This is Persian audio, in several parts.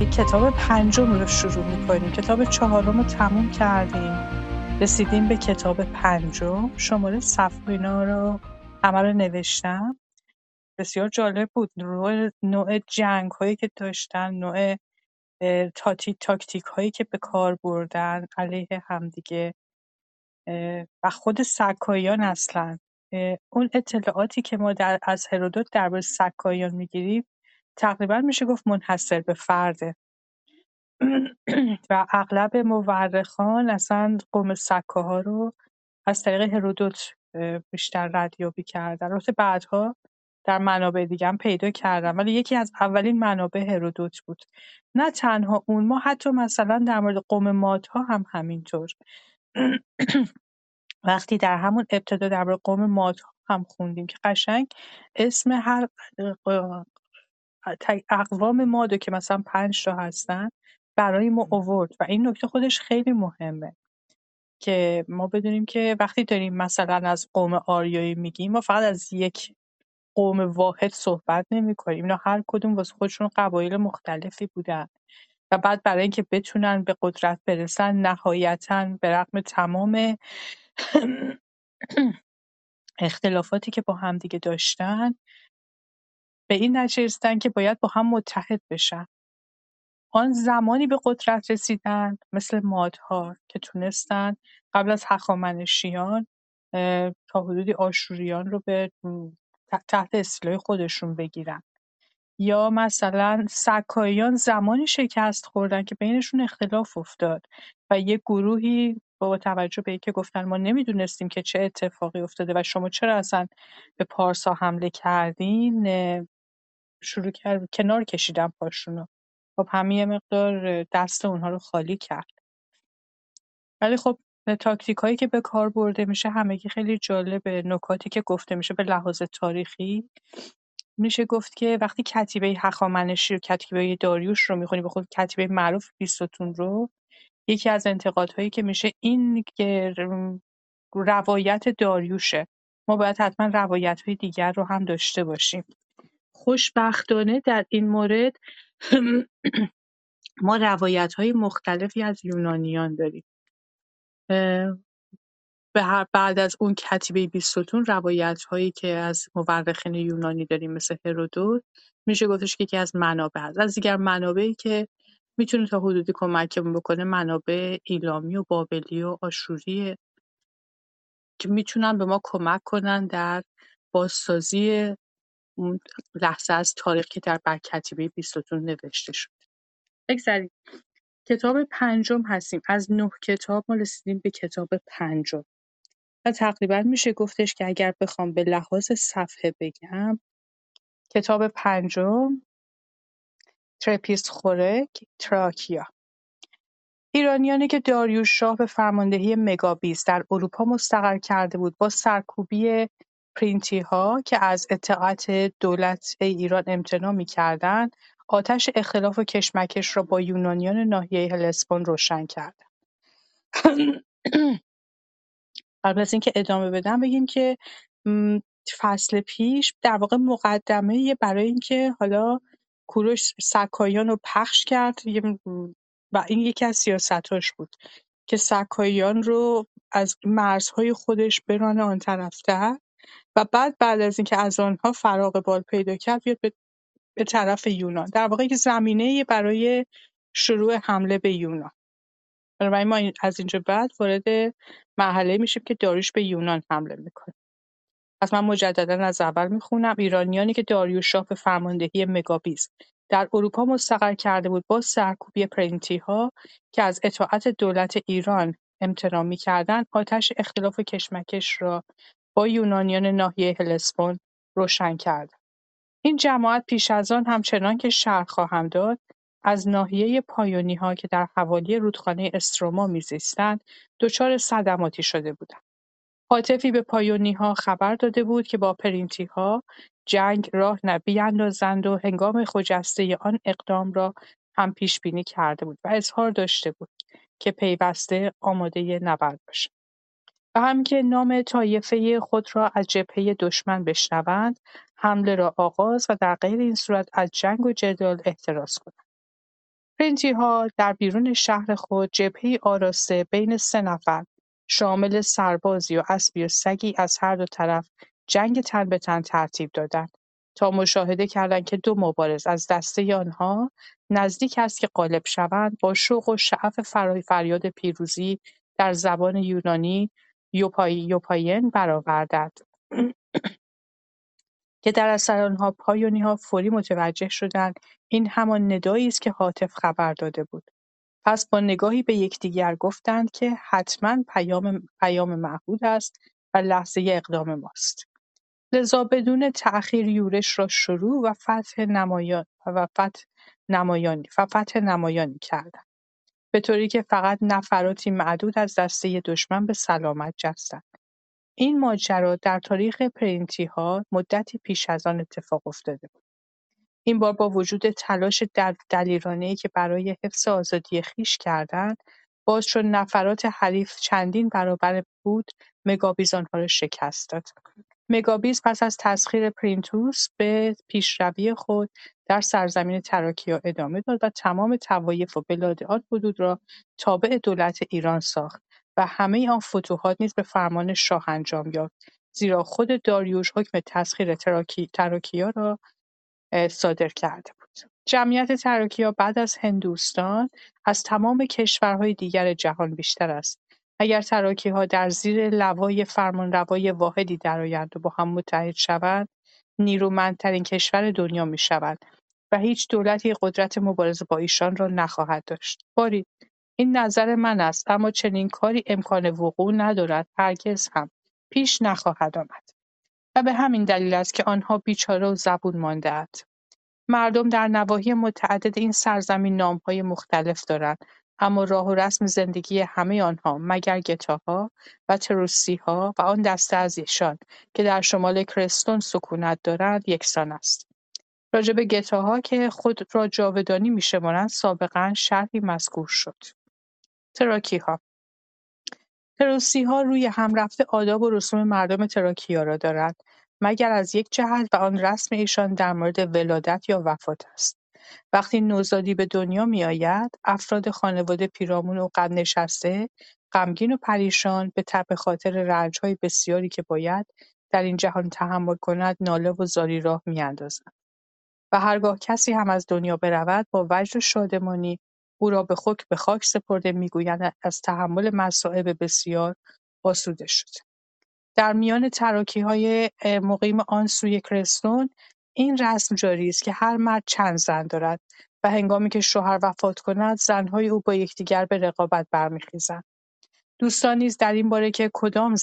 کتاب پنجم رو شروع میکنیم. کتاب چهارم رو تموم کردیم، رسیدیم به کتاب پنجم. شماره صفحه اینا رو همه رو نوشتم. بسیار جالب بود. نوع جنگ هایی که داشتن، نوع تاکتیک هایی که به کار بردن علیه همدیگه و خود سکاییان اصلا. اون اطلاعاتی که ما از هرودوت درباره سکاییان میگیریم تقریبا میشه گفت منحصر به فرده و اغلب مورخان اصلا قوم سکاها رو از طریق هرودوت بیشتر ردیابی کردن. البته بعدها در منابع دیگه هم پیدا کردم، ولی یکی از اولین منابع هرودوت بود. نه تنها اون، ما حتی مثلا در مورد قوم مادها هم همینطور. وقتی در همون ابتدا در قوم مادها هم خوندیم که قشنگ اسم هر اقوام مادو که مثلا 5 تا هستن برای ما آورد و این نکته خودش خیلی مهمه که ما بدونیم که وقتی داریم مثلا از قوم آریایی میگیم، ما فقط از یک قوم واحد صحبت نمی‌کنیم. اینا هر کدوم واسه خودشون قبایل مختلفی بودن و بعد برای اینکه بتونن به قدرت برسن نهایتاً به رغم تمام اختلافاتی که با هم دیگه داشتن به این نتیجه رسیدن که باید با هم متحد بشن. آن زمانی به قدرت رسیدن مثل مادها که تونستن قبل از هخامنشیان تا حدودی آشوریان رو به تحت استیلای خودشون بگیرن، یا مثلا سکاییان زمانی شکست خوردن که بینشون اختلاف افتاد و یه گروهی با توجه به اینکه گفتن ما نمیدونستیم که چه اتفاقی افتاده و شما چرا اصلا به پارسا حمله کردین، شروع کرد کنار کشیدن پاشونو. خب همین یه مقدار دست اونها رو خالی کرد. ولی خب تاکتیک هایی که به کار برده میشه همگی خیلی جالبه. نکاتی که گفته میشه به لحاظ تاریخی میشه گفت که وقتی کتیبه هخامنشی و کتیبه داریوش رو میخونی، به خود کتیبه معروف بیستون رو، یکی از انتقادهایی که میشه این که روایت داریوشه، ما باید حتما روایت های دیگر رو هم داشته باشیم. خوشبختانه در این مورد ما روایت‌های مختلفی از یونانیان داریم. بعد از اون کتیبه بیستون روایت‌هایی که از مورخین یونانی داریم مثل هرودوت، میشه گفتش که یکی از منابع هست. از دیگر منابعی که میتونه تا حدودی کمکمون بکنه منابع ایلامی و بابلی و آشوریه که میتونن به ما کمک کنن در بازسازی اون لحظه از تاریخ که در کتیبه بیستون نوشته شد. بگذاریم کتاب پنجم هستیم. از 9 کتاب ما رسیدیم به کتاب پنجم و تقریبا میشه گفتش که اگر بخوام به لحاظ صفحه بگم، کتاب پنجم ترپیس خورک تراکیا. ایرانیانی که داریوش شاه به فرماندهی مگابیس در اروپا مستقر کرده بود، با سرکوبی پرینتی‌ها که از اطاعت دولت ایران امتناع می‌کردند، آتش اختلاف و کشمکش را با یونانیان ناحیه هلسپون روشن کرد. قبل از اینکه ادامه بدم بگیم که فصل پیش در واقع مقدمه برای اینکه حالا کوروش سکاییان رو پخش کرد و این یکی از سیاستاش بود که سکاییان رو از مرزهای خودش برانه آن طرفتر و بعد از اینکه از آنها فراغ بال پیدا کرد بیاد به طرف یونان. در واقع یک زمینه برای شروع حمله به یونان. بنابراین ما از اینجا بعد وارد مرحله میشیم که داریوش به یونان حمله میکنه. پس من مجددا از اول میخونم. ایرانیانی که داریوش شاه به فرماندهی مگابیس در اروپا مستقر کرده بود، با سرکوبی پرینتی‌ها که از اطاعت دولت ایران امتناع میکردند، آتش اختلاف و کشمکش را با یونانیان ناحیه هلسپون روشن کرد. این جماعت پیش از آن همچنان که شرح خواهم داد، از ناحیه پایونی‌ها که در حوالی رودخانه استروما می‌زیستند، دچار صدماتی شده بودند. هاتفی به پایونی‌ها خبر داده بود که با پرینتی‌ها جنگ راه بیندازند و هنگام خجسته آن اقدام را هم پیش‌بینی کرده بود و اظهار داشته بود که پیوسته آماده نبرد باشد. و هم که نام طایفه خود را از جبهه دشمن بشنوند، حمله را آغاز و در غیر این صورت از جنگ و جدال احتراز کنند. پرنتی‌ها در بیرون شهر خود جبهه‌ای آراسته بین 3 نفر شامل سربازی و اسبی و سگی از هر دو طرف جنگ تن به تن ترتیب دادند تا مشاهده کردند که 2 مبارز از دسته آنها نزدیک است که غالب شوند با شوق و شعف فریاد پیروزی در زبان یونانی یوپاین برآوردند که در اثر آنها پایونی‌ها فوری متوجه شدند این همان ندایی است که هاتف خبر داده بود. پس با نگاهی به یکدیگر گفتند که حتما پیام معهود است و لحظه اقدام ماست. لذا بدون تأخیر یورش را شروع و فتح نمایانی کردند، به طوری که فقط نفراتی معدود از دسته دشمن به سلامت جستند. این ماجرا در تاریخ پرنتی‌ها مدتی پیش از آن اتفاق افتاده بود. این بار با وجود تلاش دلیرانه‌ای که برای حفظ آزادی خویش کردند، باز چون نفرات حریف چندین برابر بود، مگابیز آنها را شکست داد. مگابیز پس از تسخیر پرینتوس به پیشروی خود در سرزمین تراکیا ادامه داد و تمام طوایف و بلاد آن حدود را تابع دولت ایران ساخت و همه آن فتوحات نیز به فرمان شاه انجام یافت، زیرا خود داریوش حکم تسخیر تراکیا را صادر کرده بود. جمعیت تراکیا بعد از هندوستان از تمام کشورهای دیگر جهان بیشتر است. اگر تراکی‌ها در زیر لوای فرمانروای واحدی درآیند و با هم متحد شوند، نیرومندترین کشور دنیا می‌شوند و هیچ دولتی قدرت مبارزه با ایشان را نخواهد داشت. باری این نظر من است، اما چنین کاری امکان وقوع ندارد، هرگز هم پیش نخواهد آمد. و به همین دلیل است که آنها بیچاره و زبون مانده‌اند. مردم در نواحی متعدد این سرزمین نام‌های مختلف دارند، اما راه و رسم زندگی همه آنها مگر گتاها و تروسی‌ها و آن دسته از ایشان که در شمال کرستون سکونت دارند یکسان است. راجع به گتاها که خود را جاودانی می‌شمارند سابقاً شرحی مذکور شد. تراکی‌ها تروسی‌ها روی هم رفته آداب و رسوم مردم تراکیا را دارند، مگر از یک جهت و آن رسم ایشان در مورد ولادت یا وفات است. وقتی نوزادی به دنیا می‌آید، افراد خانواده پیرامون او قد نشسته، غمگین و پریشان به خاطر رنج‌های بسیاری که باید در این جهان تحمل کند ناله و زاری راه می‌اندازند. و هرگاه کسی هم از دنیا برود با وجد و شادمانی او را به خاک سپرده می‌گویند از تحمل مصائب بسیار آسوده شد. در میان تراکی‌های مقیم آن سوی کرستون این رسم جاری است که هر مرد چند زن دارد و هنگامی که شوهر وفات کند زن‌های او با یکدیگر به رقابت برمیخیزند. دوستان نیز در این باره که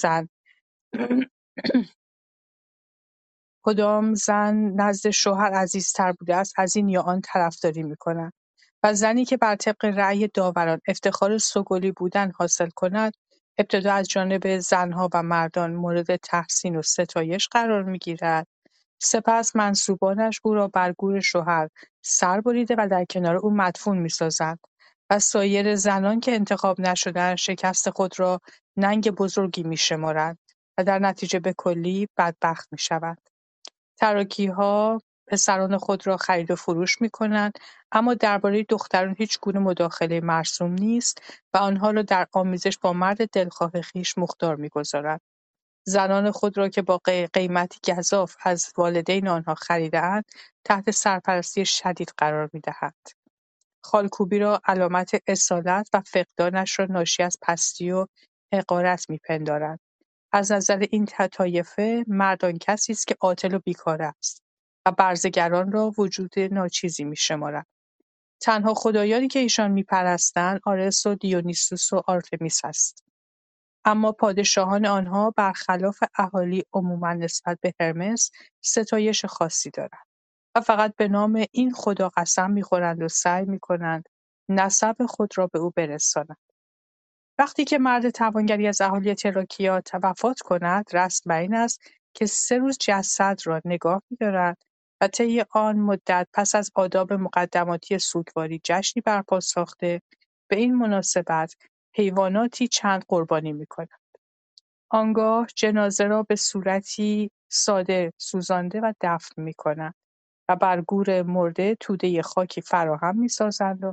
کدام زن نزد شوهر عزیزتر بوده است از این یا آن طرفداری می‌کنند و زنی که بر طبق رأی داوران افتخار سگلی بودن حاصل کند ابتدا از جانب زنها و مردان مورد تحسین و ستایش قرار می‌گیرد، سپس منسوبانش او را بر گور شوهر سر بریده و در کنار او مدفون می‌سازند و سایر زنان که انتخاب نشده‌اند شکست خود را ننگ بزرگی می‌شمارند و در نتیجه به کلی بدبخت می‌شوند. تراکی‌ها پسران خود را خرید و فروش می‌کنند، اما درباره دختران هیچگونه مداخله مرسوم نیست و آنها را در آمیزش با مرد دلخواه خویش مختار می‌گذارند. زنان خود را که با قیمتی گزاف از والدین آنها خریده‌اند، تحت سرپرستی شدید قرار می‌دهند. خالکوبی را علامت اصالت و فقدانش را ناشی از پستی و حقارت می‌پندارند. از نظر این طایفه مرد آن کسی است که عاطل و بیکار است و برزگران را وجود ناچیزی می‌شمارند. تنها خدایانی که ایشان می‌پرستند آرس و دیونیسوس و آرتمیس است. اما پادشاهان آنها برخلاف اهالی عموما نسبت به هرمس ستایش خاصی دارند و فقط به نام این خدا قسم می‌خورند و سعی می‌کنند نسب خود را به او برسانند. وقتی که مرد توانگری از اهالی تراکیا وفات کند، رسم بر این است که 3 روز جسد را نگاه می‌دارند و طی آن مدت پس از آداب مقدماتی سوگواری جشنی برپا ساخته، به این مناسبت حیواناتی چند قربانی می‌کنند. آنگاه جنازه را به صورتی ساده سوزانده و دفن می‌کنند و بر گور مرده توده خاکی فراهم می‌سازند و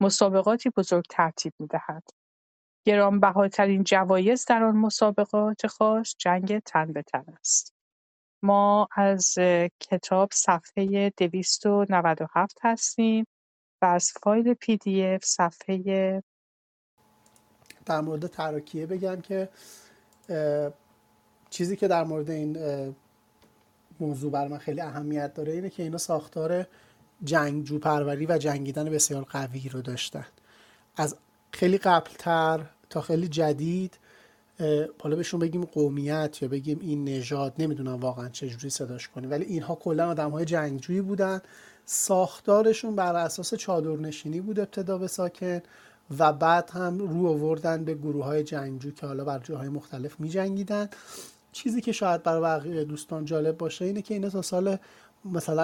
مسابقاتی بزرگ ترتیب می‌دهد. گرانبهاترین جوایز در آن مسابقات خاص جنگ تن به تن است. ما از کتاب صفحه 297 هستیم و از فایل PDF صفحه در مورد تراکیه بگم که چیزی که در مورد این موضوع بر من خیلی اهمیت داره اینه که اینا ساختار جنگجو پروری و جنگیدن بسیار قوی رو داشتن. از خیلی قبلتر تا خیلی جدید، حالا بهشون بگیم قومیت یا بگیم این نژاد، نمیدونم واقعا چجوری صداش کنیم، ولی اینها کلا آدم‌های جنگجویی بودن. ساختارشون بر اساس چادرنشینی بود ابتدا به ساکن و بعد هم رو آوردن به گروه‌های جنگجو که حالا بر جاهای مختلف می‌جنگیدن. چیزی که شاید برای بقیه دوستان جالب باشه اینه که اینا تا سال مثلا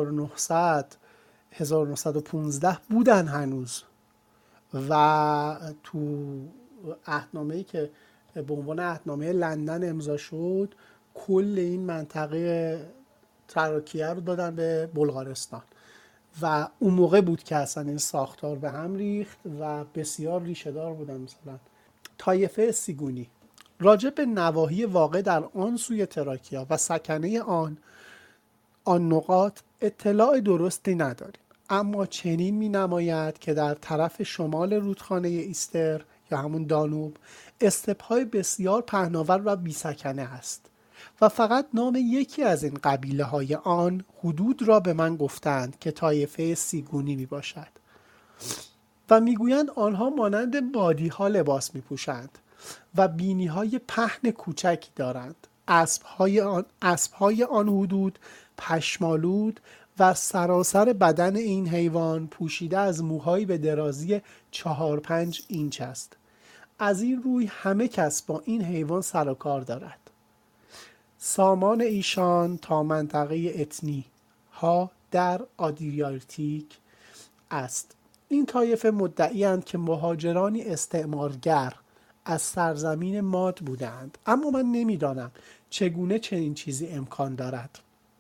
1915 بودن هنوز و تو عهدنامه‌ای که به عنوان عهدنامه لندن امضا شد کل این منطقه تراکیه رو دادن به بلغارستان و اون موقع بود که اصلا این ساختار به هم ریخت و بسیار ریشه دار بودن. مثلا طایفه سیگونی راجع به نواحی واقع در آن سوی تراکیا و سکنه آن نقاط اطلاع درستی نداریم، اما چنین می نماید که در طرف شمال رودخانه ایستر یا همون دانوب استپ‌های بسیار پهناور و بی‌سکنه است و فقط نام یکی از این قبیله های آن حدود را به من گفتند که طایفه سیگونی می باشد و میگویند آنها مانند بادی ها لباس می پوشند و بینی های پهن کوچکی دارند. اسبهای آن حدود پشمالود و سراسر بدن این حیوان پوشیده از موهایی به درازی 4-5 اینچ است. از این روی همه کس با این حیوان سر و کار دارد. سامان ایشان تا منطقه اتنی ها در آدریاتیک است. این طایفه مدعی‌اند که مهاجرانی استعمارگر از سرزمین ماد بودند، اما من نمیدانم چگونه چنین چیزی امکان دارد.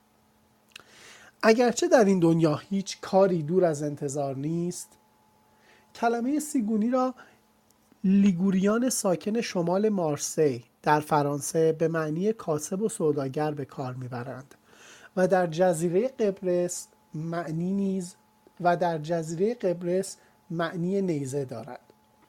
اگرچه در این دنیا هیچ کاری دور از انتظار نیست، کلمه سیگونی را لیگوریان ساکن شمال مارسی در فرانسه به معنی کاسب و سوداگر به کار میبرند و در جزیره قبرس معنی نیزه دارد.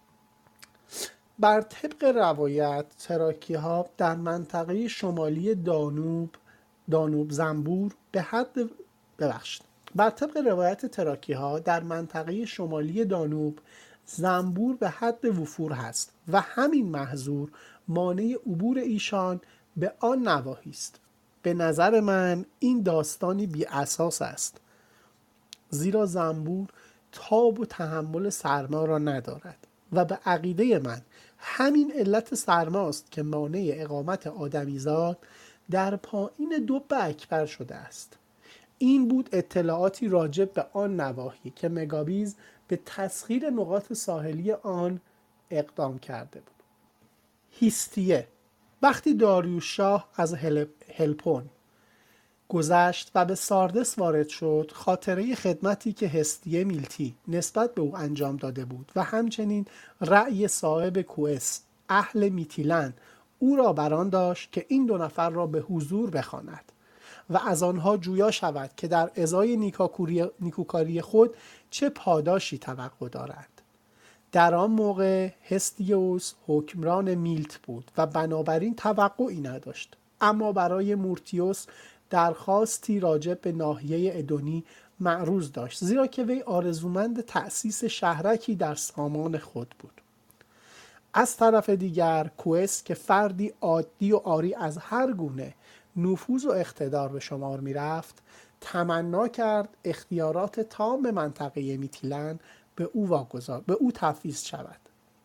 بر طبق روایت تراکی‌ها در منطقه شمالی دانوب زنبور به حد بر طبق روایت تراکی‌ها در منطقه شمالی دانوب زنبور به حد وفور هست و همین محظور مانع عبور ایشان به آن نواحی است. به نظر من این داستانی بی اساس است، زیرا زنبور تاب و تحمل سرما را ندارد و به عقیده من همین علت سرماست که مانع اقامت آدمیزاد در پایین دو اکبر شده است. این بود اطلاعاتی راجع به آن نواحی که مگابیز به تسخیر نقاط ساحلی آن اقدام کرده بود. هیستیه. وقتی داریوش شاه از هلپون گذشت و به ساردس وارد شد، خاطره خدمتی که هستیه میلتی نسبت به او انجام داده بود و همچنین رأی صاحب کوئس اهل میتیلن او را بران داشت که این 2 نفر را به حضور بخواند و از آنها جویا شود که در ازای نیکوکاری خود چه پاداشی توقع دارند. در آن موقع هستیوس حکمران میلت بود و بنابراین توقعی نداشت، اما برای مورتیوس درخواستی راجع به ناحیه ادونی معروض داشت، زیرا که وی آرزومند تأسیس شهرکی در سامان خود بود. از طرف دیگر کوئس که فردی عادی و عاری از هر گونه نفوذ و اقتدار به شمار می رفت، تمنا کرد اختیارات تام منطقه میتیلن به او تفویض شود.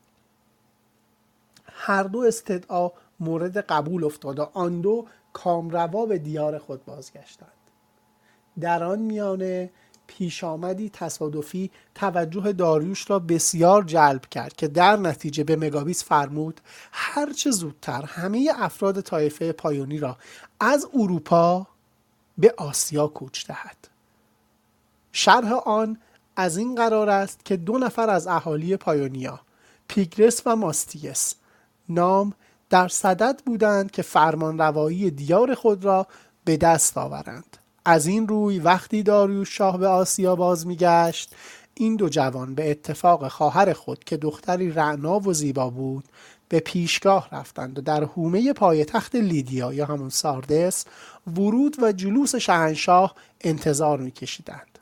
هر دو استدعا مورد قبول افتاد و آن دو کامروا به دیار خود بازگشتند. در آن میانه پیش آمدی تصادفی توجه داریوش را بسیار جلب کرد که در نتیجه به مگابیس فرمود هرچه زودتر همه افراد طایفه پایونی را از اروپا به آسیا کوچ دهد. شرح آن از این قرار است که 2 نفر از اهالی پایونیا، پیگرس و ماستیس نام، در صدد بودند که فرمانروایی دیار خود را به دست آورند. از این روی وقتی داریوش شاه به آسیا باز میگشت، این 2 جوان به اتفاق خواهر خود که دختری رعنا و زیبا بود به پیشگاه رفتند و در حومه پایتخت لیدیا یا همون ساردس ورود و جلوس شاهنشاه انتظار میکشیدند.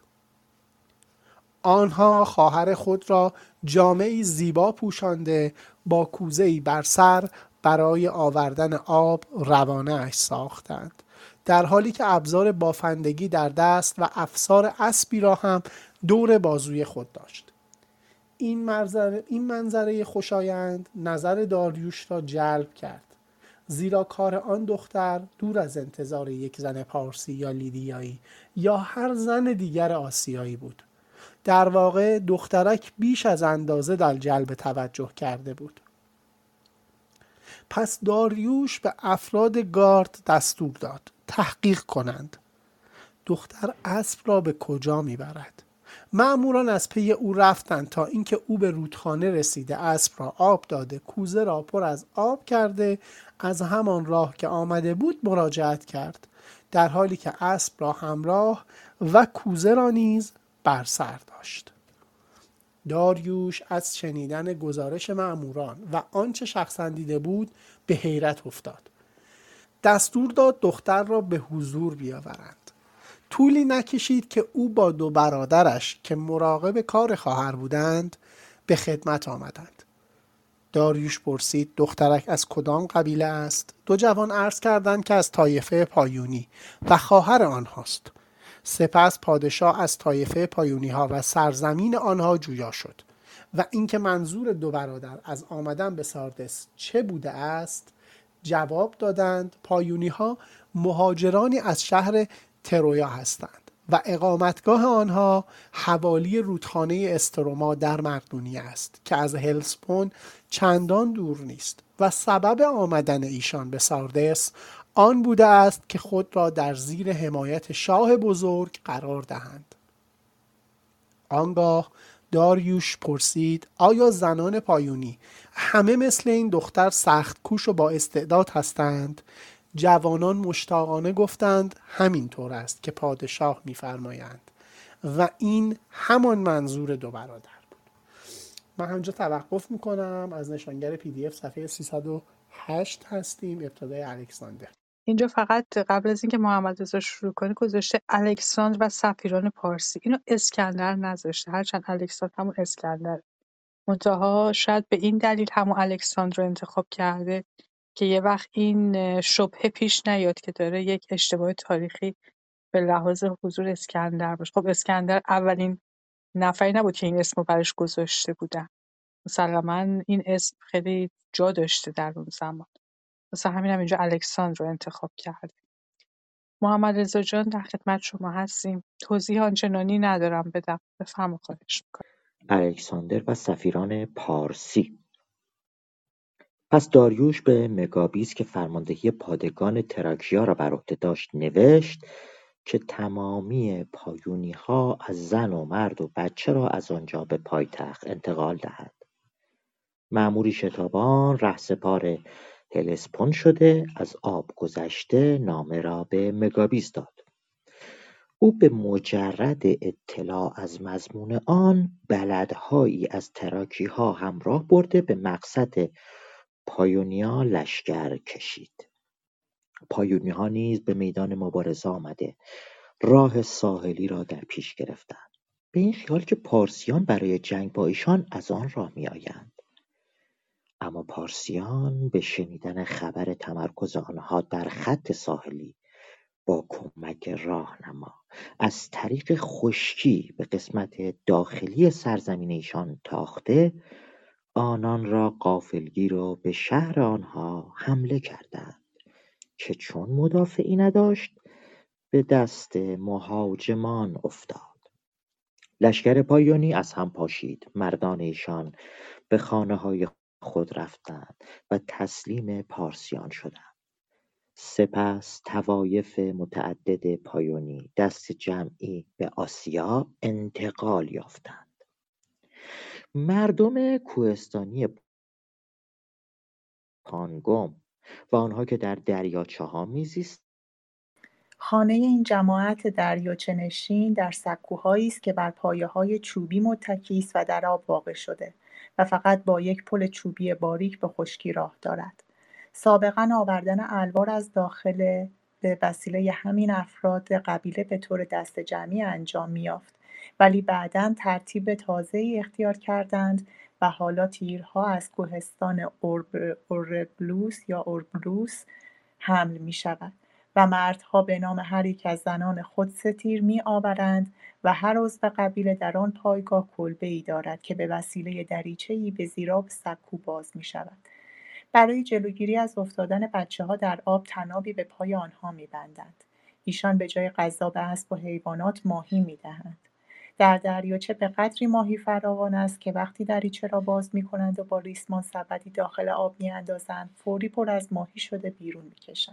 آنها خواهر خود را جامه‌ای زیبا پوشانده با کوزه‌ای بر سر برای آوردن آب روانه اش ساختند، در حالی که ابزار بافندگی در دست و افسار اسبی را هم دور بازوی خود داشت. این منظره خوشایند نظر داریوش را جلب کرد، زیرا کار آن دختر دور از انتظار یک زن پارسی یا لیدیایی یا هر زن دیگر آسیایی بود. در واقع دخترک بیش از اندازه در جلب توجه کرده بود. پس داریوش به افراد گارد دستور داد تحقیق کنند دختر اسب را به کجا میبرد. مأموران از پی او رفتند تا اینکه او به رودخانه رسیده، اسب را آب داده، کوزه را پر از آب کرده، از همان راه که آمده بود مراجعت کرد، در حالی که اسب را همراه و کوزه را نیز بر سر داشت. داریوش از شنیدن گزارش مأموران و آنچه شخصا دیده بود به حیرت افتاد. دستور داد دختر را به حضور بیاورند. طولی نکشید که او با 2 برادرش که مراقب کار خواهر بودند به خدمت آمدند. داریوش پرسید دخترک از کدام قبیله است؟ 2 جوان عرض کردند که از طایفه پایونی و خواهر آنهاست. سپس پادشاه از طایفه پایونی ها و سرزمین آنها جویا شد و اینکه منظور 2 برادر از آمدن به ساردس چه بوده است جواب دادند پایونی ها مهاجرانی از شهر ترویا هستند و اقامتگاه آنها حوالی رودخانه استروما در مقدونیه است که از هلسپون چندان دور نیست و سبب آمدن ایشان به ساردس آن بوده است که خود را در زیر حمایت شاه بزرگ قرار دهند. آنگاه داریوش پرسید آیا زنان پایونی همه مثل این دختر سخت کوش و با استعداد هستند؟ جوانان مشتاقانه گفتند همینطور است که پادشاه می‌فرمایند و این همان منظور 2 برادر بود. من همینجا توقف میکنم. از نشانگر PDF صفحه 308 هستیم، ابتدای الکساندر. اینجا فقط قبل از اینکه محمد رضا شروع کنه گذاشته الکساندر و سفیران پارسی، اینو اسکندر نذاشته، هرچند الکساندر همون اسکندر، منتها شاید به این دلیل همون الکساندر رو انتخاب کرده که یه وقت این شبهه پیش نیاد که داره یک اشتباه تاریخی به لحاظ حضور اسکندر باشه. خب اسکندر اولین نفری نبود که این اسم رو براش گذاشته بودن، مسلما این اسم خیلی جا داشته در اون زمان، واسه همین هم اینجا الکساندر رو انتخاب کرده. محمد رضا جان در خدمت شما هستیم. توضیح آنچنانی ندارم بدم، بفرمایید خواهش می‌کنم. الکساندر و سفیران پارسی. پس داریوش به مگابیس که فرماندهی پادگان تراکیا را بر عهده داشت نوشت که تمامی پایونی ها از زن و مرد و بچه را از آنجا به پایتخت انتقال دهد. مأموری شتابان رهسپار هلسپون شده از آب گذشته نامه را به مگابیس داد. او به مجرد اطلاع از مضمون آن بلدهایی از تراکیها همراه برده به مقصد پایونیا لشکر کشید. پایونیها نیز به میدان مبارزه آمده راه ساحلی را در پیش گرفتند، به این خیال که پارسیان برای جنگ با ایشان از آن راه می آیند. اما پارسیان به شنیدن خبر تمرکز آنها در خط ساحلی با کمک راهنما از طریق خشکی به قسمت داخلی سرزمین ایشان تاخته، آنان را غافلگیر و به شهر آنها حمله کردند که چون مدافعی نداشت به دست مهاجمان افتاد. لشکر پایونی از هم پاشید، مردان ایشان به خانه‌های خود رفتند و تسلیم پارسیان شدند. سپس طوایف متعدد پایونی دست جمعی به آسیا انتقال یافتند. مردم کوهستانی پانگوم و آنها که در دریاچه‌ها می‌زیستند خانه این جماعت دریاچه‌نشین در سکوهایی است که بر پایه‌های چوبی متکی است و در آب واقع شده و فقط با یک پل چوبی باریک به خشکی راه دارد. سابقاً آوردن الوار از داخل به وسیله همین افراد قبیله به طور دست جمعی انجام می‌یافت، ولی بعداً ترتیب تازه‌ای اختیار کردند و حالا تیرها از کوهستان اوربلوس حمل می‌شود و مردها به نام هر یک از زنان خود 3 تیر می‌آورند و هر عضو قبیله در آن پایگاه کلبه‌ای دارد که به وسیله دریچه‌ای به زیراب سکو باز می‌شود. برای جلوگیری از افتادن بچه‌ها در آب طنابی به پای آنها می‌بندند. ایشان به جای غذا به اسب و حیوانات ماهی می‌دهند. در دریاچه به قدری ماهی فراوان است که وقتی دریچه را باز می‌کنند و با ریسمان سبدی داخل آب می‌اندازند، فوری پر از ماهی شده بیرون می‌کشند.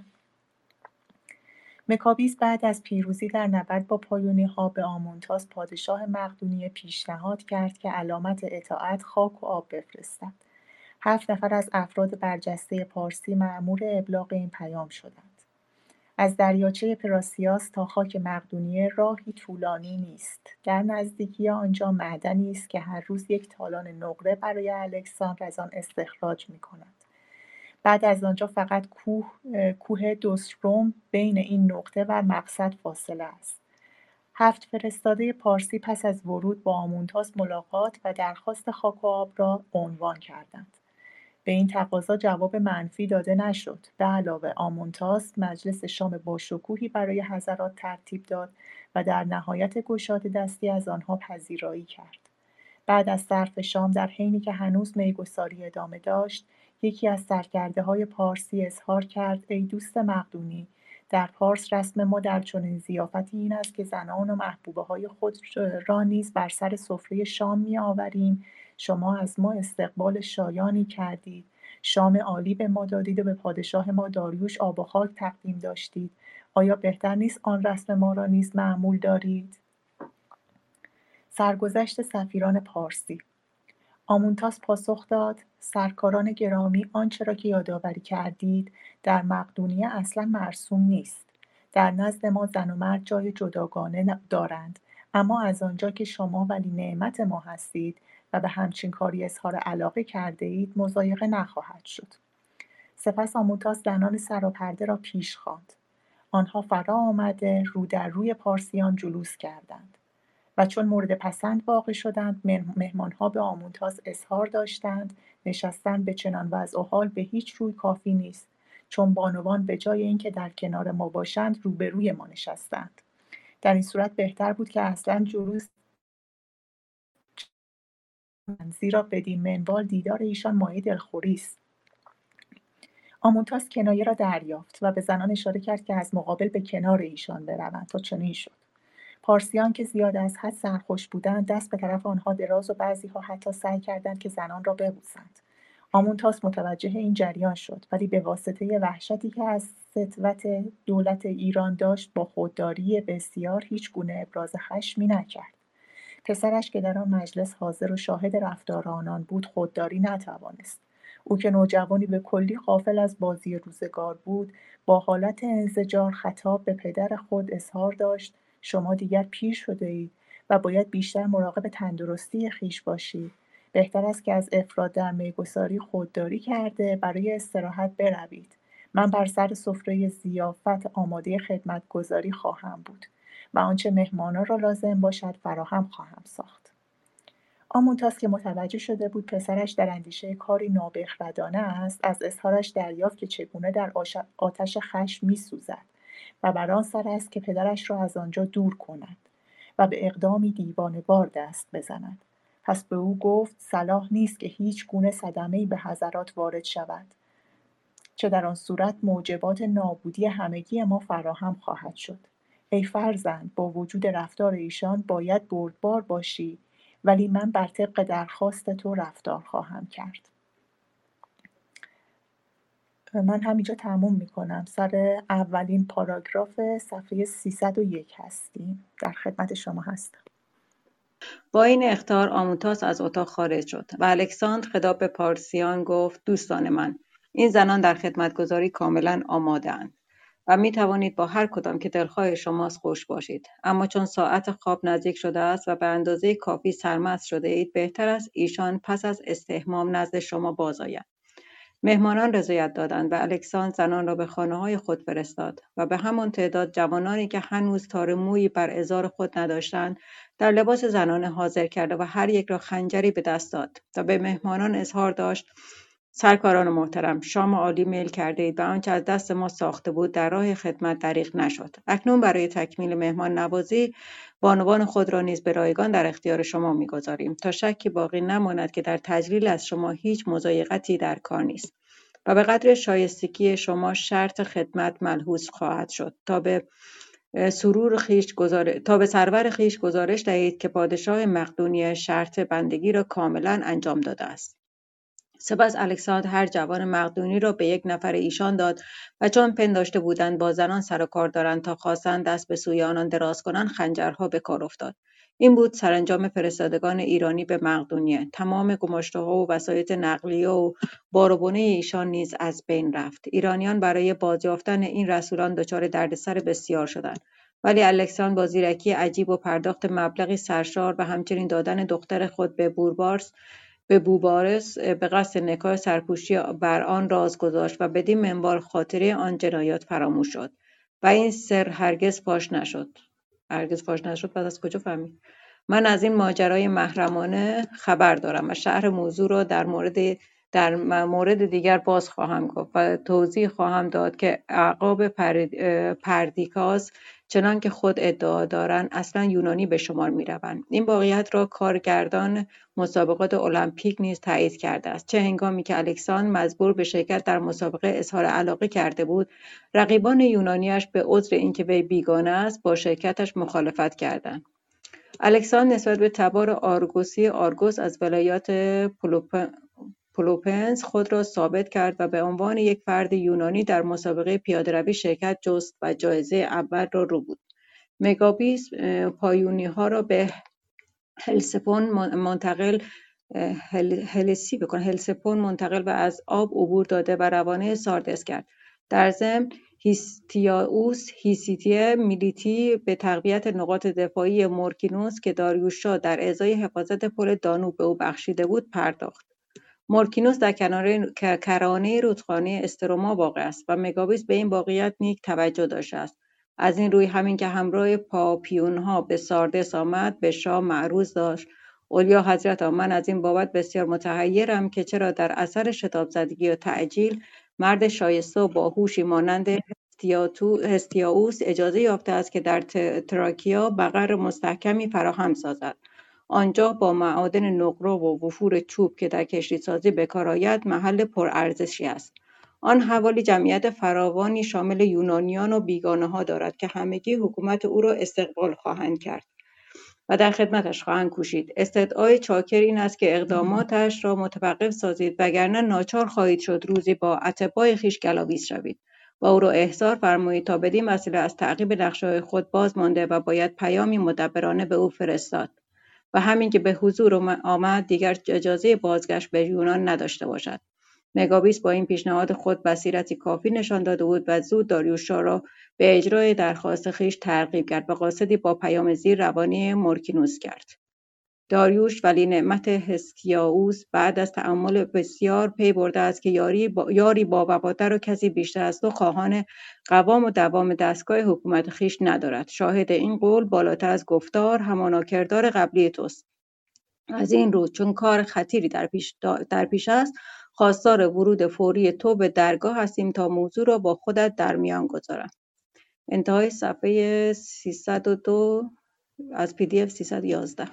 مکابیس بعد از پیروزی در نبرد با پایونی‌ها به آمونتاس پادشاه مقدونیه پیشنهاد کرد که علامت اطاعت خاک و آب بفرستد. 7 نفر از افراد برجسته پارسی مأمور ابلاغ این پیام شدند. از دریاچه پراسیاس تا خاک مقدونیه راهی طولانی نیست. در نزدیکی آنجا معدنی است که هر روز 1 تالان نقره برای الکساندر از آن استخراج می‌کند. بعد از آنجا فقط کوه دوستروم بین این نقطه و مقصد فاصله است. 7 فرستاده پارسی پس از ورود با آمونتاس ملاقات و درخواست خاک و آب را عنوان کردند. به این تقاضا جواب منفی داده نشد. به علاوه آمونتاس مجلس شام باشکوهی برای حضرات ترتیب داد و در نهایت گشاده دستی از آنها پذیرایی کرد. بعد از صرف شام در حینی که هنوز میگساری ادامه داشت، یکی از سرکرده‌های پارسی اظهار کرد: ای دوست مقدونی، در پارس رسم ما در چنین ضیافتی این است که زنان و محبوبه‌های خود را نیز بر سر سفره شام می‌آوریم. شما از ما استقبال شایانی کردید، شام عالی به ما دادید و به پادشاه ما داریوش آب و خاک تقدیم داشتید. آیا بهتر نیست آن رسم ما را نیز معمول دارید؟ سرگذشت سفیران پارسی. آمونتاس پاسخ داد: سرکاران گرامی، آنچه را که یادآوری کردید در مقدونیه اصلا مرسوم نیست. در نزد ما زن و مرد جای جداگانه دارند، اما از آنجا که شما ولی نعمت ما هستید و به همچین کاری اظهار علاقه کرده اید، مضایقه نخواهد شد. سپس آمونتاس زنان سراپرده را پیش خواند. آنها فرا آمده رو در روی پارسیان جلوس کردند و چون مورد پسند واقع شدند، مهمانها به آمونتاس اظهار داشتند نشستن به چنان وضع و حال به هیچ روی کافی نیست، چون بانوان به جای اینکه در کنار ما باشند روبروی ما نشستند. در این صورت بهتر بود که اصلا جلوس، زیرا بدین منوال دیدار ایشان مایه دلخوری است. آمونتاس کنایه را دریافت و به زنان اشاره کرد که از مقابل به کنار ایشان بروند تا چنین شد. پارسیان که زیاد از حد سرخوش بودند دست به طرف آنها دراز و بعضی‌ها حتی سعی کردند که زنان را ببوسند. آمونتاس متوجه این جریان شد، ولی به واسطه وحشتی که از سطوت دولت ایران داشت با خودداری بسیار هیچ گونه ابراز خشمی نکرد. پسرش که در آن مجلس حاضر و شاهد رفتار آنان بود خودداری نتوانست. او که نوجوانی به کلی غافل از بازی روزگار بود، با حالت انزجار خطاب به پدر خود اظهار داشت: شما دیگر پیر شده اید و باید بیشتر مراقب تندرستی خویش باشید. بهتر است که از افراط در میگساری خودداری کرده برای استراحت بروید. من بر سر سفره ضیافت آماده خدمتگزاری خواهم بود و آنچه مهمانان را لازم باشد فراهم خواهم ساخت. آمونتاس که متوجه شده بود پسرش در اندیشه کاری نابخردانه است، از اظهارش دریافت که چگونه در آتش خشم می‌سوزد و بر آن سر است که پدرش را از آنجا دور کند و به اقدامی دیوانه‌وار دست بزند. پس به او گفت: صلاح نیست که هیچ گونه صدمه‌ای به حضرات وارد شود، چه در آن صورت موجبات نابودی همگی ما فراهم خواهد شد. ای فرزند، با وجود رفتار ایشان باید بردبار باشی، ولی من بر طبق درخواست تو رفتار خواهم کرد. من همینجا تموم میکنم. سر اولین پاراگراف صفحه 301 هستیم. در خدمت شما هستم. با این اخطار آموتاس از اتاق خارج شد و الکساندر خطاب به پارسیان گفت: دوستان من، این زنان در خدمتگزاری کاملا آماده اند و می توانید با هر کدام که دلخواه شماست خوش باشید. اما چون ساعت خواب نزدیک شده است و به اندازه کافی سرمست شده اید، بهتر است ایشان پس از استحمام نزد شما بازآیند. مهمانان رضایت دادند و الکساندر زنان را به خانه‌های خود فرستاد و به همان تعداد جوانانی که هنوز تار مویی بر عذار خود نداشتند در لباس زنانه حاضر کرده و هر یک را خنجری به دست داد و به مهمانان اظهار داشت: سرکاران محترم، شام عالی میل کرده اید و آنچه از دست ما ساخته بود در راه خدمت دریغ نشد. اکنون برای تکمیل مهمان نوازی بانوان خود را نیز به رایگان در اختیار شما می‌گذاریم تا شکی باقی نماند که در تجلیل از شما هیچ مضایقتی در کار نیست و به قدر شایستگی شما شرط خدمت ملحوظ خواهد شد تا به سرور خویش گزارش دهید که پادشاه مقدونیه شرط بندگی را کاملا انجام داده است. سپس الکساندر هر جوان مقدونی را به یک نفر ایشان داد و چون پنداشته بودند با زنان سر و کار دارند تا خواستند دست به سوی آنان دراز کنند، خنجرها به کار افتاد. این بود سرانجام فرستادگان ایرانی به مقدونیه. تمام گماشته‌ها و وسایط نقلیه و بار و بنه ایشان نیز از بین رفت. ایرانیان برای بازیافتن این رسولان دچار دردسر بسیار شدند، ولی الکساندر با زیرکی عجیب و پرداخت مبلغی سرشار و همچنین دادن دختر خود به بوبارس به قصد نکاح سرپوشی بر آن راز گذاشت و بدین منوال خاطره آن جنایات فراموش شد و این سر هرگز فاش نشد. پس از کجا فهمید؟ من از این ماجرای محرمانه خبر دارم و شرح موضوع را در مورد دیگر باز خواهم گفت و توضیح خواهم داد که اعقاب پردیکاس چنان که خود ادعا دارند اصلا یونانی به شمار می‌روند. این واقعیت را کارگردان مسابقات المپیک نیز تایید کرده است. چه هنگامی که الکساندر مجبور به شرکت در مسابقه اظهار علاقه کرده بود، رقیبان یونانیش به عذر اینکه وی بیگانه است با شرکتش مخالفت کردند. الکساندر نسبت به تبار آرگوس از ولایات پلوپنس خود را ثابت کرد و به عنوان یک فرد یونانی در مسابقه پیاده‌روی شرکت جست و جایزه اول را رو بود. مگابیس پایونی‌ها را به هلسپون منتقل و از آب عبور داده و روانه ساردس کرد. در ضمن هیسیتیه میلیتی به تقویت نقاط دفاعی مورکینوس که داریوش شاه در ازای حفاظت پل دانوب به او بخشیده بود پرداخت. مورکینوس در کرانه رودخانه استروما واقع است و مگابیس به این واقعیت نیک توجه داشته است. از این روی همین که همراه پاپیونها به ساردس آمد به شاه معروض داشت: اولیا حضرتا، من از این بابت بسیار متحیرم که چرا در اثر شتاب زدگی و تعجیل مرد شایسته و باهوشی مانند هستیائوس اجازه یافته است که در تراکیا مقر مستحکمی فراهم سازد. آنجا با معادن نقره و وفور چوب که در کشتیسازی به کار آید محل پرارزشی است. آن حوالی جمعیت فراوانی شامل یونانیان و بیگانه‌ها دارد که همگی حکومت او را استقبال خواهند کرد و در خدمتش خواهند کوشید. استدعای چاکر این است که اقداماتش را متوقف سازید، وگرنه ناچار خواهید شد روزی با اتباع خویش گلاویز شوید و او را احضار فرمایید تا بدین وسیله از تعقیب نقشه‌های خود باز مانده و باید پیامی مدبرانه به او فرستاد و همین که به حضور آمد دیگر اجازه بازگشت به یونان نداشته باشد. مگابیس با این پیشنهاد خود بصیرتی کافی نشان داده بود و زود داریوش شاه را به اجرای درخواست خویش ترغیب کرد و قاصدی با پیام زیر روانه مورکینوس کرد. داریوش ولی نعمت هستیائوس بعد از تأمل بسیار پی برده است که یاری با وفادار و کسی بیشتر از تو خواهان قوام و دوام دستگاه حکومت خویش ندارد. شاهد این قول بالاتر از گفتار همانا کردار قبلی توست. از این رو چون کار خطیری در پیش است، خواستار ورود فوری تو به درگاه هستیم تا موضوع را با خودت در میان گذارم. انتهای صفحه 302 از PDF 311.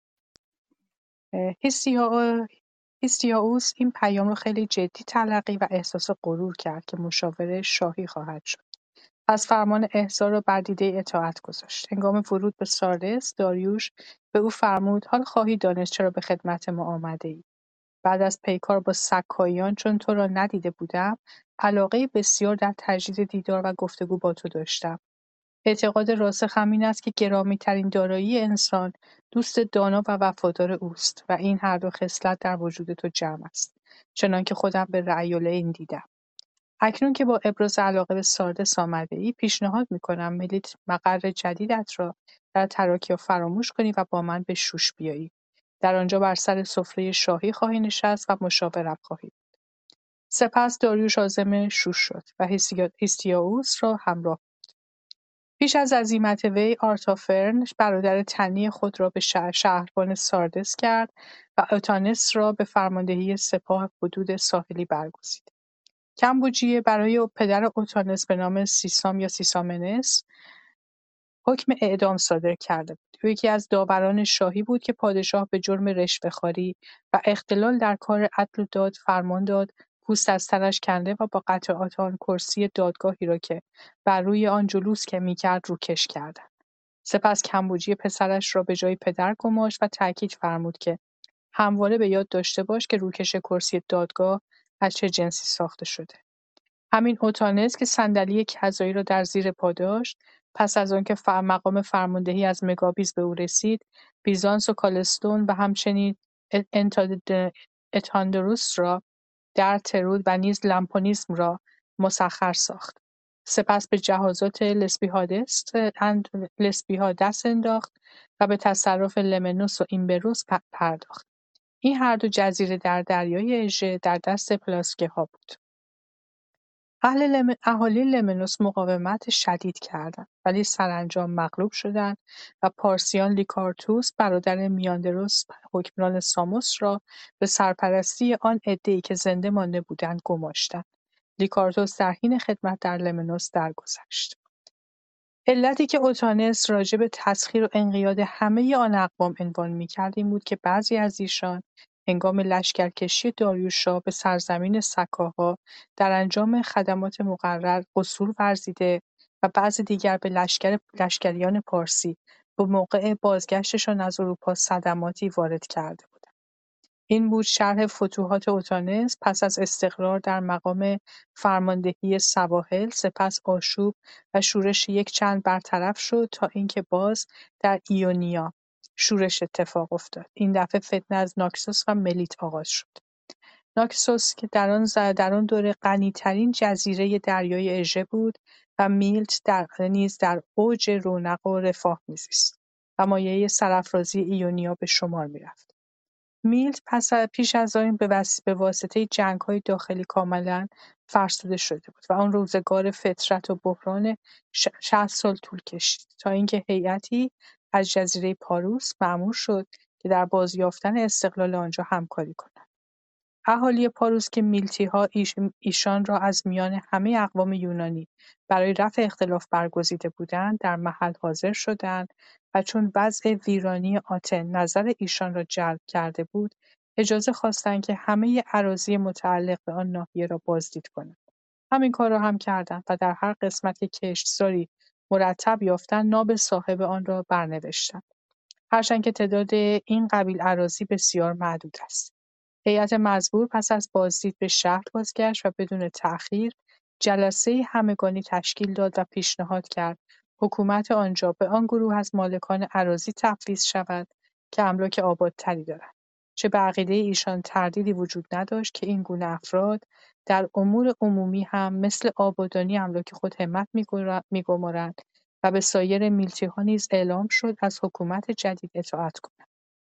هیستیائوس این پیام رو خیلی جدی تلقی و احساس غرور کرد که مشاور شاهی خواهد شد. پس فرمان احضار را بر دیده اطاعت گذاشت. هنگام ورود به ساردس، داریوش به او فرمود: حال خواهی دانست چرا به خدمت ما آمده ای؟ بعد از پیکار با سکاییان چون تو را ندیده بودم، علاقه بسیار در تجدید دیدار و گفتگو با تو داشتم. اعتقاد راسخ این است که گرامی‌ترین دارایی انسان دوست دانا و وفادار اوست و این هر دو خصلت در وجود تو جمع است، چنانکه خودم به رأی العین دیدم. اکنون که با ابراز علاقه به ساردس آمده‌ای، پیشنهاد می‌کنم ملیت مقر جدیدت را در تراکیا فراموش کنی و با من به شوش بیایی. در آنجا بر سر سفره شاهی خواهی نشست و مشاورم خواهی. سپس داریوش عازم شوش شد و هیستیائوس را همراه. پیش از عزیمت وی، آرتافرن برادر تنی خود را به شهربان ساردس کرد و اوتانس را به فرماندهی سپاه حدود ساحلی برگزید. کمبوجیه برای پدر اوتانس به نام سیسام یا سیسامنس حکم اعدام صادر کرده بود. او یکی از داوران شاهی بود که پادشاه به جرم رشوه‌خواری و اختلال در کار عدل و داد فرمان داد پوست از تنش کنده و با قطعات آن کرسی دادگاهی را که بر روی آن جلوس که می‌کرد روکش کردند. سپس کمبوجیه پسرش را به جای پدر گماشت و تأکید فرمود که همواره به یاد داشته باش که روکش کرسی دادگاه از چه جنسی ساخته شده. همین اوتانس که صندلی کذایی را در زیر پا داشت، پس از آنکه مقام فرماندهی از مگابیز به او رسید، بیزانس و کالستون و همچنین اتاندروس را در ترود و نیز لمپونیسم را مسخر ساخت. سپس به جهازات لسبیها دست انداخت و به تصرف لمنوس و ایمبروس پرداخت. این هر دو جزیره در دریای اژه در دست پلاسکها بود. اهالی لمنوس مقاومت شدید کردند ولی سرانجام مغلوب شدند و پارسیان لیکارتوس برادر میاندروس حکمران ساموس را به سرپرستی آن عده‌ای که زنده مانده بودند گماشتند. لیکارتوس در حین خدمت در لمنوس درگذشت. علتی که اوتانس راجع به تسخیر و انقیاد همه آن اقوام عنوان می‌کرد این بود که بعضی از ایشان هنگام لشکرکشی داریوش‌شاه به سرزمین سکاها در انجام خدمات مقرر قصور ورزیده و بعضی دیگر به لشکریان پارسی به موقع بازگشتشان از اروپا صدماتی وارد کرده بودند. این بود شرح فتوحات اوتانس پس از استقرار در مقام فرماندهی سواحل، سپس آشوب و شورش یک چند برطرف شد تا اینکه باز در ایونیا شورش اتفاق افتاد. این دفعه فتنه از ناکسوس و ملیت آغاز شد. ناکسوس که در آن دوره غنی‌ترین جزیره دریای اژه بود و میلت نیز در اوج رونق و رفاه می‌زیست و مایه سرافرازی ایونیا به شمار می‌رفت. میلت پیش از آن به واسطه جنگ‌های داخلی کاملا فرسوده شده بود و آن روزگار فترت و بحران 60 سال طول کشید تا اینکه هیئتی از جزیره پاروس مأمور شد که در بازیافتن استقلال آنجا همکاری کند. اهالی پاروس که میلتی‌ها ایشان را از میان همه اقوام یونانی برای رفع اختلاف برگزیده بودند در محل حاضر شدند و چون وضع ویرانی آتن نظر ایشان را جلب کرده بود اجازه خواستند که همه اراضی متعلق به آن ناحیه را بازدید کنند. همین کار را هم کردند و در هر قسمت که کشتزاری مرتب یافتند نام صاحب آن را برنوشتند، هرچند که تعداد این قبیل اراضی بسیار محدود است. هیئت مزبور پس از بازدید به شهر بازگشت و بدون تأخیر جلسه‌ای همگانی تشکیل داد و پیشنهاد کرد حکومت آنجا به آن گروه از مالکان اراضی تفویض شود که املاک آبادتری دارند. چه به عقیده ایشان تردیدی وجود نداشت که این گونه افراد در امور عمومی هم مثل آبادانی املاک خود همت می‌گمارند و به سایر میلتی‌ها نیز اعلام شد از حکومت جدید اطاعت کنند.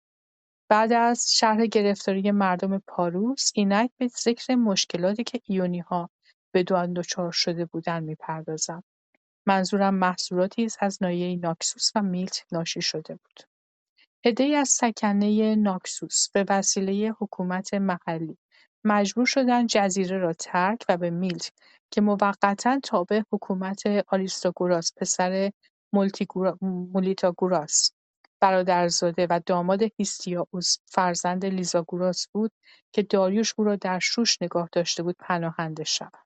بعد از شرح گرفتاری مردم پاروس، اینک به ذکر مشکلاتی که ایونی‌ها به آن دچار شده بودند می‌پردازم. منظورم محصولاتی است از ناحیه ناکسوس و میلت ناشی شده بود. عده‌ای از سکنه ناکسوس به وسیله حکومت محلی مجبور شدند جزیره را ترک و به میلت که موقتا تابع حکومت آریستوگوراس پسر مولیتاگوراس برادرزاده و داماد هیستیائوس فرزند لیزاگوراس بود که داریوش او را در شوش نگاه داشته بود پناهنده شود.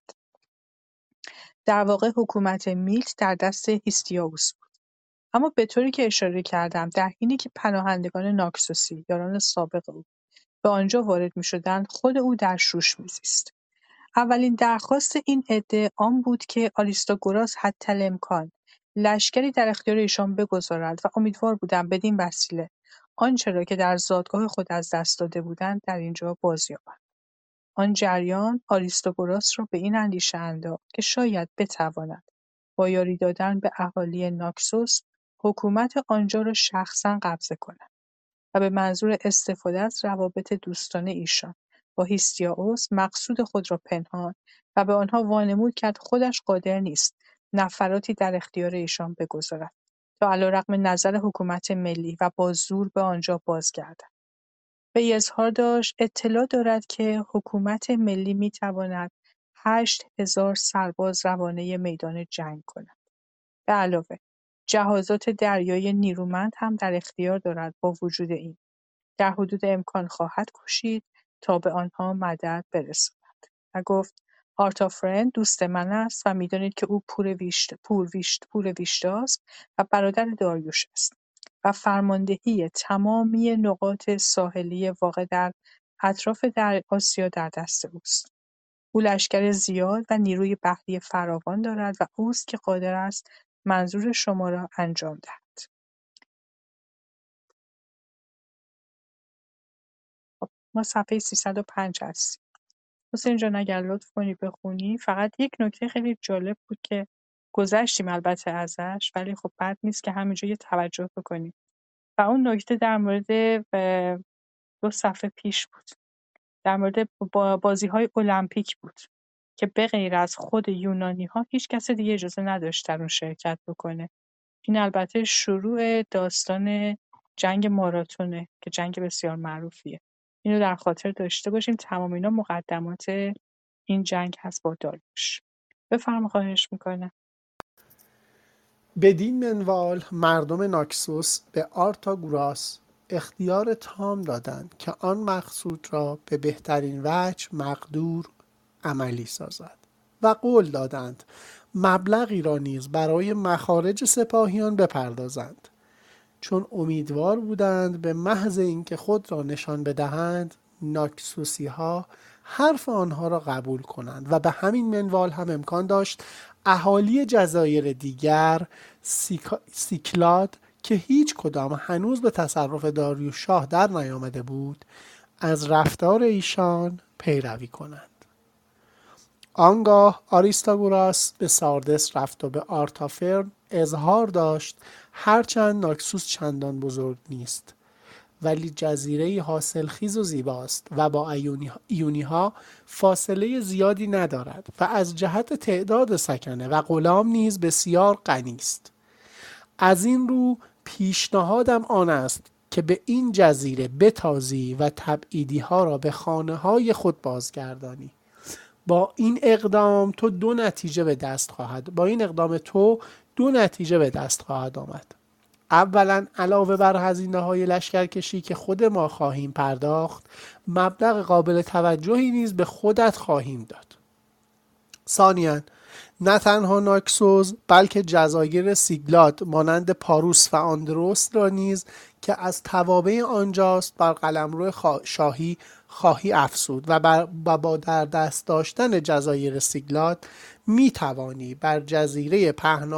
در واقع حکومت میلت در دست هیستیائوس بود. اما به طوری که اشاره کردم در حینی که پناهندگان ناکسوسی یاران سابق او به آنجا وارد می‌شدند، خود او در شوش می‌زیست. اولین درخواست این عده آن بود که آریستاگوراس حتی لشکری در اختیار ایشان بگذارد و امیدوار بودند بدین وسیله آنچه را که در زادگاه خود از دست داده بودند در اینجا بازیابند. آن جریان آریستاگوراس را به این اندیشه انداخت که شاید بتواند با یاری دادن به اهالی ناکسوس حکومت آنجا را شخصا قبضه کند و به منظور استفاده از روابط دوستانه ایشان با هیستیائوس مقصود خود را پنهان و به آنها وانمود کرد خودش قادر نیست نفراتی در اختیار ایشان بگذارد تا علیرغم نظر حکومت ملی و با زور به آنجا بازگردد. وی اظهار داشت اطلاع دارد که حکومت ملی می‌تواند 8,000 سرباز روانه میدان جنگ کند. به علاوه جهازات دریایی نیرومند هم در اختیار دارد. با وجود این در حدود امکان خواهد کوشید تا به آنها مدد برساند. و گفت آرتافرن دوست من است و می‌دانید که او پور ویشتاست و برادر داریوش است و فرماندهی تمامی نقاط ساحلی واقع در اطراف در آسیا در دست اوست. او لشکر زیاد و نیروی بحری فراوان دارد و اوست که قادر است منظور شما را انجام دهد. خب، ما صفحه 305 هستیم. حسین جان اگر لطف کنی بخونی. فقط یک نکته خیلی جالب بود که گذشتیم البته ازش، ولی خب بد نیست که همینجا یه توجه بکنیم. و اون نکته در مورد 2 صفحه پیش بود. در مورد بازی‌های المپیک بود که به غیر از خود یونانی‌ها هیچ کس دیگه اجازه نداشت در اون شرکت بکنه. این البته شروع داستان جنگ ماراتونه که جنگ بسیار معروفیه. اینو در خاطر داشته باشیم. تمام اینا مقدمات این جنگ هست با داریوش. بفرما خواهش میکنم. بدین منوال مردم ناکسوس به آرتاگوراس اختیار تام دادند که آن مقصود را به بهترین وجه مقدور عملی سازد و قول دادند مبلغی را نیز برای مخارج سپاهیان بپردازند، چون امیدوار بودند به محض اینکه خود را نشان بدهند ناکسوسی ها حرف آنها را قبول کنند و به همین منوال هم امکان داشت اهالی جزایر دیگر سیکلاد که هیچ کدام هنوز به تصرف داریوش شاه در نیامده بود از رفتار ایشان پیروی کنند. آنگاه آریستاگوراس به ساردس رفت و به آرتافرن اظهار داشت هرچند ناکسوس چندان بزرگ نیست ولی جزیره حاصلخیز و زیباست و با ایونیها فاصله زیادی ندارد و از جهت تعداد سکنه و غلام نیز بسیار غنی است. از این رو پیشنهادم آن است که به این جزیره بتازی و تبعیدی ها را به خانه های خود بازگردانی. با این اقدام تو دو نتیجه به دست خواهد آمد. اولا علاوه بر هزینه های لشکرکشی که خود ما خواهیم پرداخت، مبلغ قابل توجهی نیز به خودت خواهیم داد. ثانیاً نه تنها ناکسوس بلکه جزایر سیگلاد مانند پاروس و آندروس را نیز که از توابع آنجاست بر قلمرو شاهی خواهی افزود و با در دست داشتن جزایر سیگلاد می توانی بر جزیره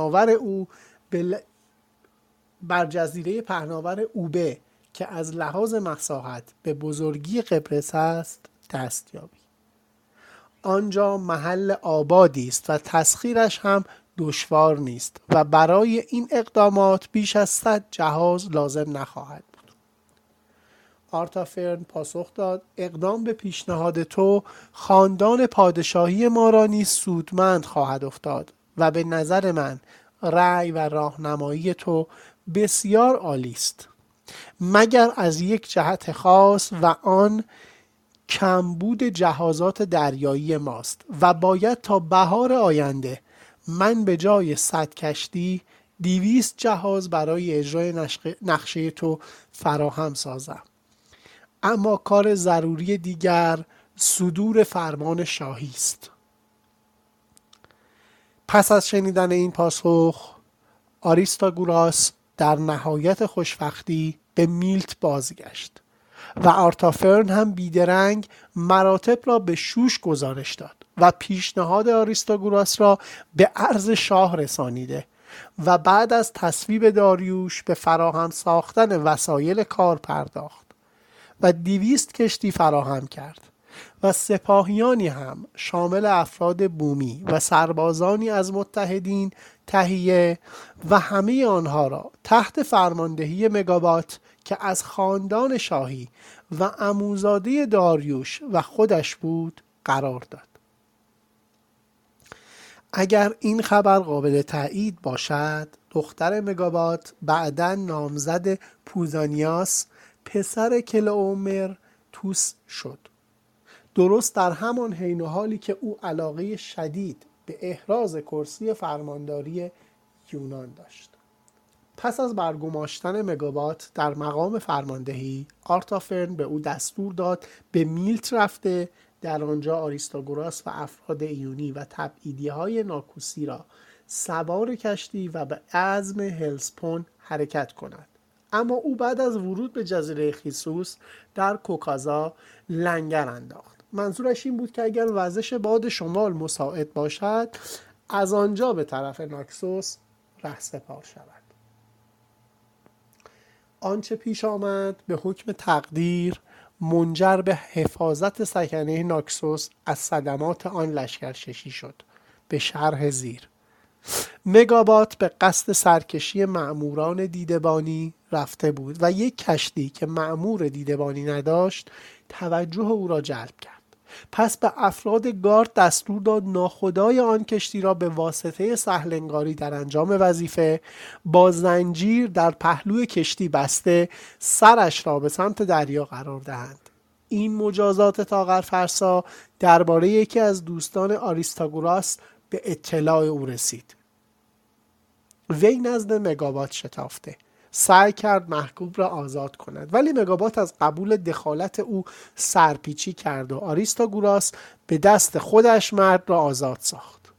پهناور اوبه که از لحاظ مساحت به بزرگی قبرس است دست یابی. آنجا محل آبادی است و تسخیرش هم دشوار نیست و برای این اقدامات بیش از 100 جهاز لازم نخواهد بود. آرتافرن پاسخ داد اقدام به پیشنهاد تو خاندان پادشاهی ما را نیز سودمند خواهد افتاد و به نظر من رأی و راهنمایی تو بسیار عالی است، مگر از یک جهت خاص و آن کمبود جهازات دریایی ماست و باید تا بهار آینده من به جای 100 کشتی 200 جهاز برای اجرای نقشه تو فراهم سازم. اما کار ضروری دیگر صدور فرمان شاهی است. پس از شنیدن این پاسخ آریستاگوراس در نهایت خوشبختی به میلت بازگشت و آرتافرن هم بیدرنگ مراتب را به شوش گزارش داد و پیشنهاد آریستاگوراس را به عرض شاه رسانیده و بعد از تصویب داریوش به فراهم ساختن وسایل کار پرداخت و 200 کشتی فراهم کرد و سپاهیانی هم شامل افراد بومی و سربازانی از متحدین تهیه و همه آنها را تحت فرماندهی مگابات که از خاندان شاهی و عموزاده داریوش و خودش بود قرار داد. اگر این خبر قابل تایید باشد، دختر مگابات بعداً نامزد پوزانیاس پسر کلئومر توس شد، درست در همان حین و حالی که او علاقه شدید به احراز کرسی فرمانداری یونان داشت. پس از برگماشتن مگابات در مقام فرماندهی، آرتافرن به او دستور داد به میلت رفته در آنجا آریستاگوراس و افراد ایونی و تبعیدی‌های ناکوسی را سوار کشتی و به عزم هلسپون حرکت کند. اما او بعد از ورود به جزیره خیسوس در کوکازا لنگر انداخت. منظورش این بود که اگر وزش باد شمال مساعد باشد، از آنجا به طرف ناکسوس رهسپار شود. آنچه پیش آمد به حکم تقدیر منجر به حفاظت سکنه ناکسوس از صدمات آن لشکرکشی شد. به شرح زیر: مگابات به قصد سرکشی مأموران دیدبانی رفته بود و یک کشتی که مأمور دیدبانی نداشت توجه او را جلب کرد. پس به افراد گارد دستور داد ناخدای آن کشتی را به واسطه سهلنگاری در انجام وظیفه با زنجیر در پهلوی کشتی بسته سرش را به سمت دریا قرار دهند. این مجازات طاقت‌فرسا درباره یکی از دوستان آریستاگوراس به اطلاع او رسید. وی نزد مگابات شتافته سعی کرد محکوم را آزاد کند، ولی مگابات از قبول دخالت او سرپیچی کرد و آریستاگوراس به دست خودش مرد را آزاد ساخت.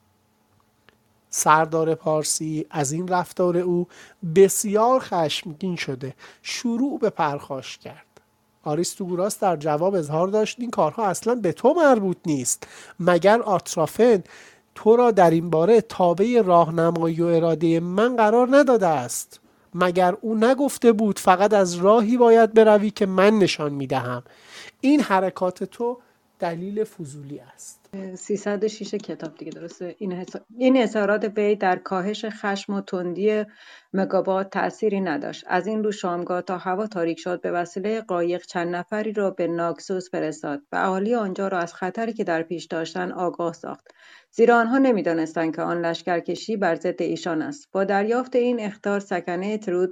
سردار پارسی از این رفتار او بسیار خشمگین شده شروع به پرخاش کرد. آریستاگوراس در جواب اظهار داشت این کارها اصلا به تو مربوط نیست. مگر آترافن تو را در این باره تابع راهنمایی و اراده من قرار نداده است؟ مگر او نگفته بود فقط از راهی باید بروی که من نشان میدهم؟ این حرکات تو دلیل فضولی است. 306 کتاب دیگه درسته. این اظهارات وی در کاهش خشم و تندی مگابات تأثیری نداشت. از این رو شامگاه تا هوا تاریک شد به وسیله قایق چند نفری را به ناکسوس فرستاد و اهالی آنجا را از خطری که در پیش داشتند آگاه ساخت، زیرا آنها نمی‌دانستند که آن لشکرکشی بر ضد ایشان است. با دریافت این اخطار سکنه ترود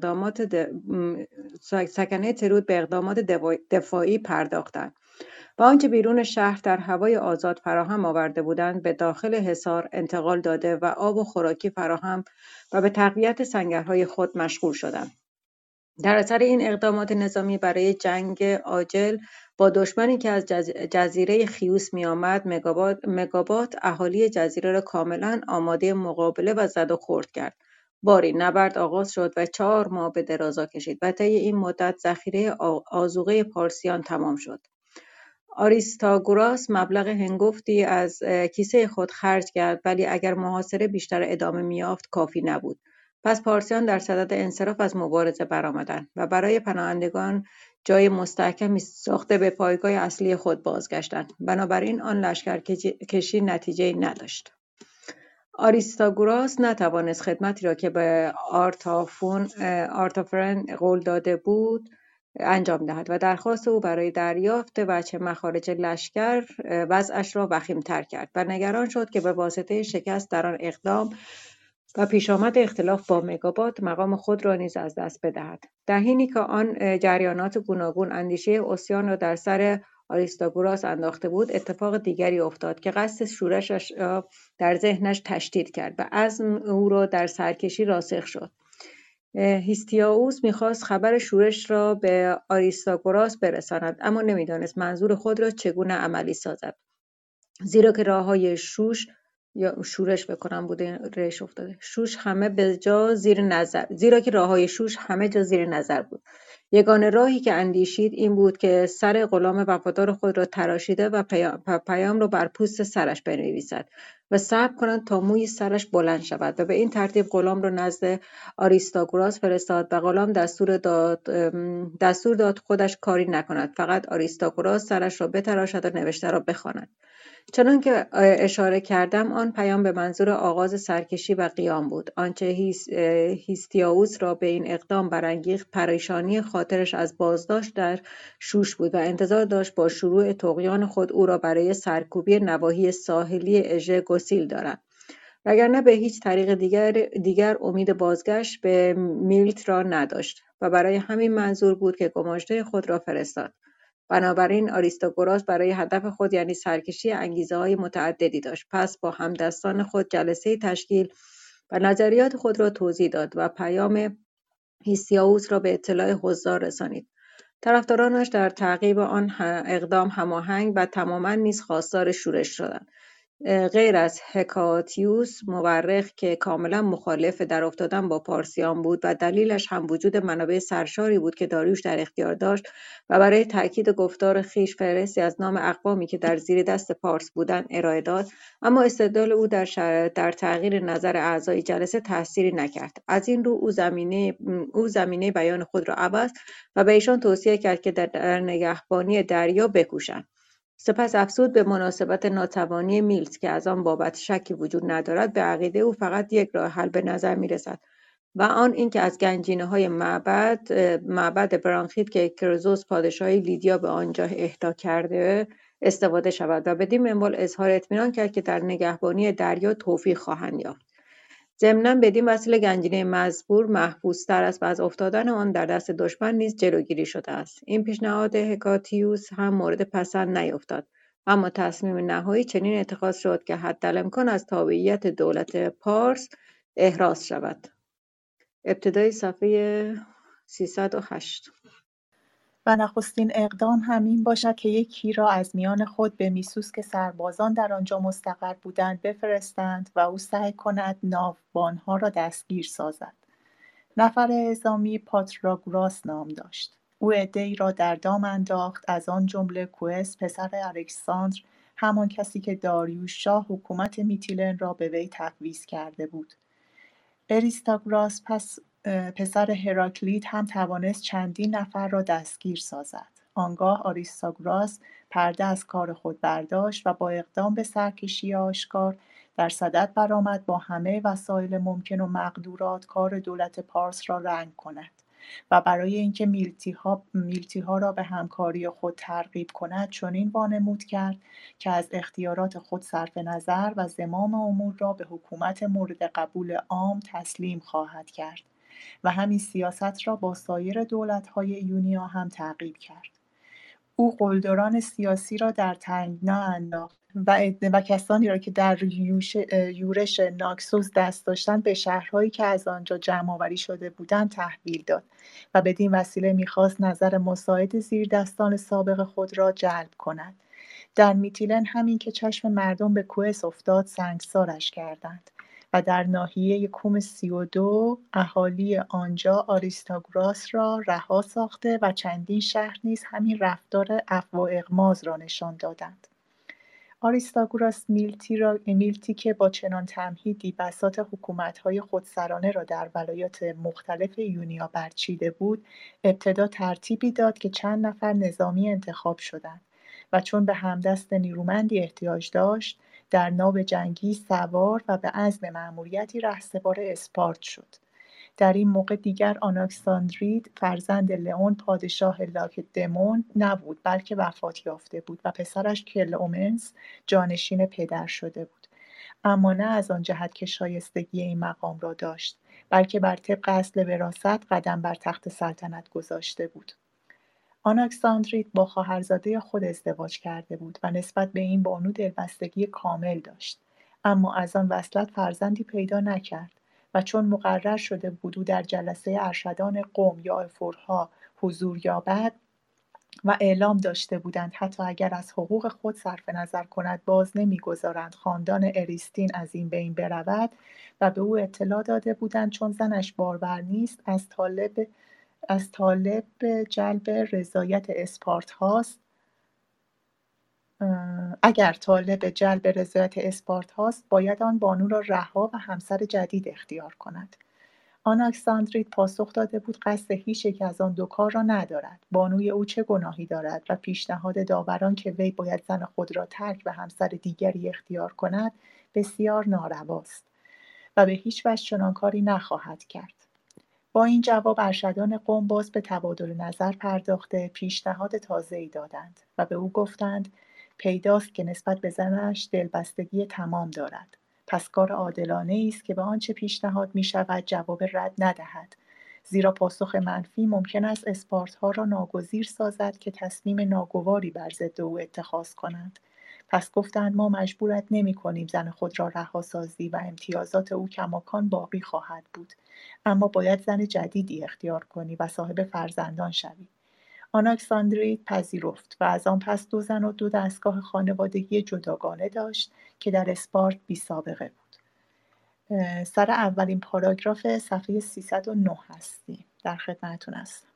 به اقدامات دفاعی پرداختند و آنچه بیرون شهر در هوای آزاد فراهم آورده بودند به داخل حصار انتقال داده و آب و خوراکی فراهم و به تقویت سنگرهای خود مشغول شدند. در اثر این اقدامات نظامی برای جنگ عاجل با دشمنی که از جزیره خیوس می آمد، مگابات اهالی جزیره را کاملا آماده مقابله و زد و خورد کرد. باری نبرد آغاز شد و 4 ماه به درازا کشید و طی این مدت ذخیره آذوقه پارسیان تمام شد. آریستاگوراس مبلغ هنگفتی از کیسه خود خرج کرد، ولی اگر محاصره بیشتر ادامه می‌یافت کافی نبود. پس پارسیان در صدد انصراف از مبارزه برآمدند و برای پناهندگان جای مستحکمی ساخته به پایگاه اصلی خود بازگشتند. بنابراین آن لشکرکشی نتیجه‌ای نداشت. آریستاگوراس نتوانست خدمتی را که به آرتافرن قول داده بود انجام دهد و درخواست او برای دریافت وجه مخارج لشکر وضعش را وخیم‌تر کرد و نگران شد که به واسطه شکست در آن اقدام و پیش آمد اختلاف با مگابات مقام خود را نیز از دست بدهد. در حینی که آن جریانات گوناگون اندیشه عصیان را در سر آریستاگوراس انداخته بود، اتفاق دیگری افتاد که قصد شورشش را در ذهنش تشدید کرد و عزم او را در سرکشی راسخ شد. هیستیائوس می‌خواست خبر شورش را به آریستاگوراس برساند، اما نمی‌دانست منظور خود را چگونه عملی سازد، زیرا که راه‌های شورش همه جا زیر نظر بود. یگانه راهی که اندیشید این بود که سر غلام وفادار خود را تراشیده و پیام را بر پوست سرش بنویسد و صبر کند تا موی سرش بلند شود و به این ترتیب غلام را نزد آریستاگوراس فرستاد و غلام دستور داد خودش کاری نکند، فقط آریستاگوراس سرش را بتراشد و نوشته را بخواند. چنان که اشاره کردم آن پیام به منظور آغاز سرکشی و قیام بود. آنچه هیستیائوس را به این اقدام برانگیخت پریشانی خاطرش از بازداشت در شوش بود و انتظار داشت با شروع طغیان خود او را برای سرکوبی نواحی ساحلی اژه گسیل دارد، وگرنه به هیچ طریق دیگر امید بازگشت به میلت را نداشت و برای همین منظور بود که گماشته خود را فرستاد. بنابراین آریستاگوراس برای هدف خود یعنی سرکشی انگیزه‌های متعددی داشت. پس با همدستان خود جلسه تشکیل و نظریات خود را توضیح داد و پیام هیستیائوس را به اطلاع حضار رسانید. طرفدارانش در تعقیب آن اقدام هماهنگ و تماما نیز خواستار شورش شدند. غیر از هکاتیوس مورخ که کاملا مخالف در افتادن با پارسیان بود و دلیلش هم وجود منابع سرشاری بود که داریوش در اختیار داشت و برای تأکید گفتار خویش فهرستی از نام اقوامی که در زیر دست پارس بودند ارائه داد، اما استدلال او در تغییر نظر اعضای جلسه تأثیری نکرد. از این رو او زمینه بیان خود را عوض و به ایشان توصیه کرد که در نگهبانی دریا بکوشند. سپس افزود به مناسبت ناتوانی میلت که از آن بابت شکی وجود ندارد، به عقیده او فقط یک راه حل به نظر می‌رسد و آن اینکه از گنجینه‌های معبد برانخید که کرزوس پادشاه لیدیا به آنجا اهدا کرده استفاده شود و بدین منوال اظهار اطمینان کرد که در نگهبانی دریا توفیق خواهند یافت. ضمناً بدین وسیله گنجینه مزبور محفوظتر است و از افتادن آن در دست دشمن نیز جلوگیری شده است. این پیشنهاد هکاتیوس هم مورد پسند نیفتاد، اما تصمیم نهایی چنین اتخاذ شد که حدالامکان از تابعیت دولت پارس احراز شود. ابتدای صفحه 308. و نخستین اقدام همین باشد که یکی را از میان خود به میسوس که سربازان در آنجا مستقر بودند بفرستند و او سعی کند ناوبانها را دستگیر سازد. نفر اعزامی پاتراگوراس نام داشت. او عده‌ای را در دام انداخت، از آن جمله کوئس پسر الکساندر، همان کسی که داریوش شاه حکومت میتیلن را به وی تفویض کرده بود. اریستاگوراس پسر هراکلیت هم توانست چندین نفر را دستگیر سازد. آنگاه آریستاگوراس پرده از کار خود برداشت و با اقدام به سرکشی آشکار در صدد برآمد با همه وسایل ممکن و مقدورات کار دولت پارس را رنگ کند و برای اینکه میلتی‌ها را به همکاری خود ترغیب کند چنین وانمود کرد که از اختیارات خود صرف نظر و زمام امور را به حکومت مورد قبول عام تسلیم خواهد کرد و همین سیاست را با سایر دولت‌های یونیا هم تعقیب کرد. او قلدران سیاسی را در تنگنا انداخت و کسانی را که در یورش ناکسوس دست داشتند به شهرهایی که از آنجا جمع‌آوری شده بودند تحویل داد و بدین وسیله می‌خواست نظر مساعد زیردستان سابق خود را جلب کند. در میتیلن همین که چشم مردم به کوئس افتاد سنگسارش کردند و در ناحیه کوم 32 اهالی آنجا آریستاگوراس را رها ساخته و چندین شهر نیز همین رفتار عفو و اغماض را نشان دادند. آریستاگوراس میلتی که با چنان تمهیدی بساط حکومت‌های خودسرانه را در ولایات مختلف یونیا برچیده بود، ابتدا ترتیبی داد که چند نفر نظامی انتخاب شدند و چون به همدست نیرومندی احتیاج داشت، در ناو جنگی سوار و به عزم مأموریتی رهسپار اسپارت شد. در این موقع دیگر آناکساندرید فرزند لئون پادشاه لاکدمون نبود، بلکه وفات یافته بود و پسرش کلئومنس جانشین پدر شده بود. اما نه از آن جهت که شایستگی این مقام را داشت، بلکه بر طبق اصل وراثت قدم بر تخت سلطنت گذاشته بود. آناکساندرید با خواهرزاده خود ازدواج کرده بود و نسبت به این بانو دلبستگی کامل داشت، اما از آن وصلت فرزندی پیدا نکرد و چون مقرر شده بود او در جلسه ارشدان قوم یا افورها حضور یابد و اعلام داشته بودند حتی اگر از حقوق خود صرف نظر کند باز نمیگذارند خاندان اریستین از این بین برود و به او اطلاع داده بودند چون زنش بارور نیست از طالب جلب رضایت اسپارت اگر طالب جلب رضایت اسپارت هاست باید آن بانو را رها و همسر جدید اختیار کند. آناکساندریت پاسخ داده بود قصد هیچ یک از آن دو کار را ندارد. بانوی او چه گناهی دارد و پیشنهاد داوران که وی باید زن خود را ترک و همسر دیگری اختیار کند بسیار نارواست و به هیچ وجه چنان کاری نخواهد کرد. با این جواب ارشدان قوم باز به تبادل نظر پرداخته پیشنهاد تازه‌ای دادند و به او گفتند پیداست که نسبت به زنش دلبستگی تمام دارد. پس کار عادلانه است که به آنچه پیشنهاد می شود جواب رد ندهد. زیرا پاسخ منفی ممکن است اسپارتها را ناگزیر سازد که تصمیم ناگواری بر ضد او اتخاذ کنند. پس گفتند ما مجبورت نمی کنیم زن خود را رها سازی و امتیازات او کماکان باقی خواهد بود. اما باید زن جدیدی اختیار کنی و صاحب فرزندان شوی. آناکساندریت پذیرفت و از آن پس 2 زن و 2 دستگاه خانوادگی جداگانه داشت که در اسپارت بی سابقه بود. سر اولین پاراگراف صفحه 309 هستیم. در خدمتتون هستم.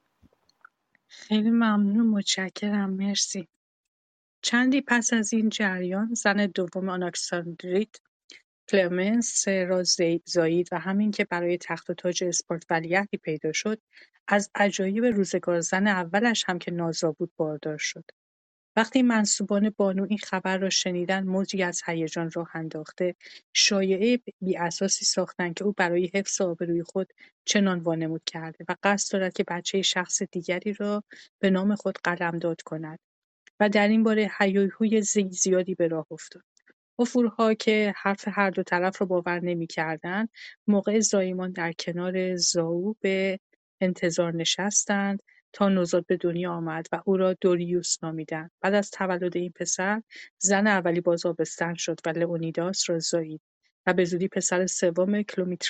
خیلی ممنون، متشکرم، مرسی. چندی پس از این جریان زن دوم آناکساندریت، کلمنس را زایید و همین که برای تخت و تاج اسپارت ولیعهدی پیدا شد، از عجایب روزگار زن اولش هم که نازا بود باردار شد. وقتی منسوبان بانو این خبر را شنیدند موجی از هیجان راه انداخته شایعه بی‌اساسی ساختند که او برای حفظ آبروی خود چنان وانمود کرده و قصد دارد که بچه شخص دیگری را به نام خود قلمداد کند و در این باره هیاهوی زیادی به راه افتاد. غفورها که حرف هر دو طرف را باور نمی‌کردند، موقع زایمان در کنار زائو به انتظار نشستند تا نوزاد به دنیا آمد و او را دوریوس نامیدند. بعد از تولد این پسر، زن اولی باز آبستن شد و لئونیداس را زایید و به زودی پسر سوم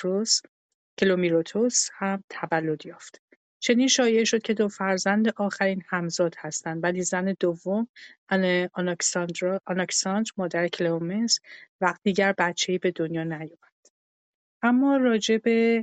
کلومیروتوس هم تولد یافت. چنین شایعه شد که 2 فرزند آخرین همزاد هستند، ولی زن دوم آناکساندر مادر کلئومنس وقت دیگر بچه‌ای به دنیا نیاورد. اما راجع به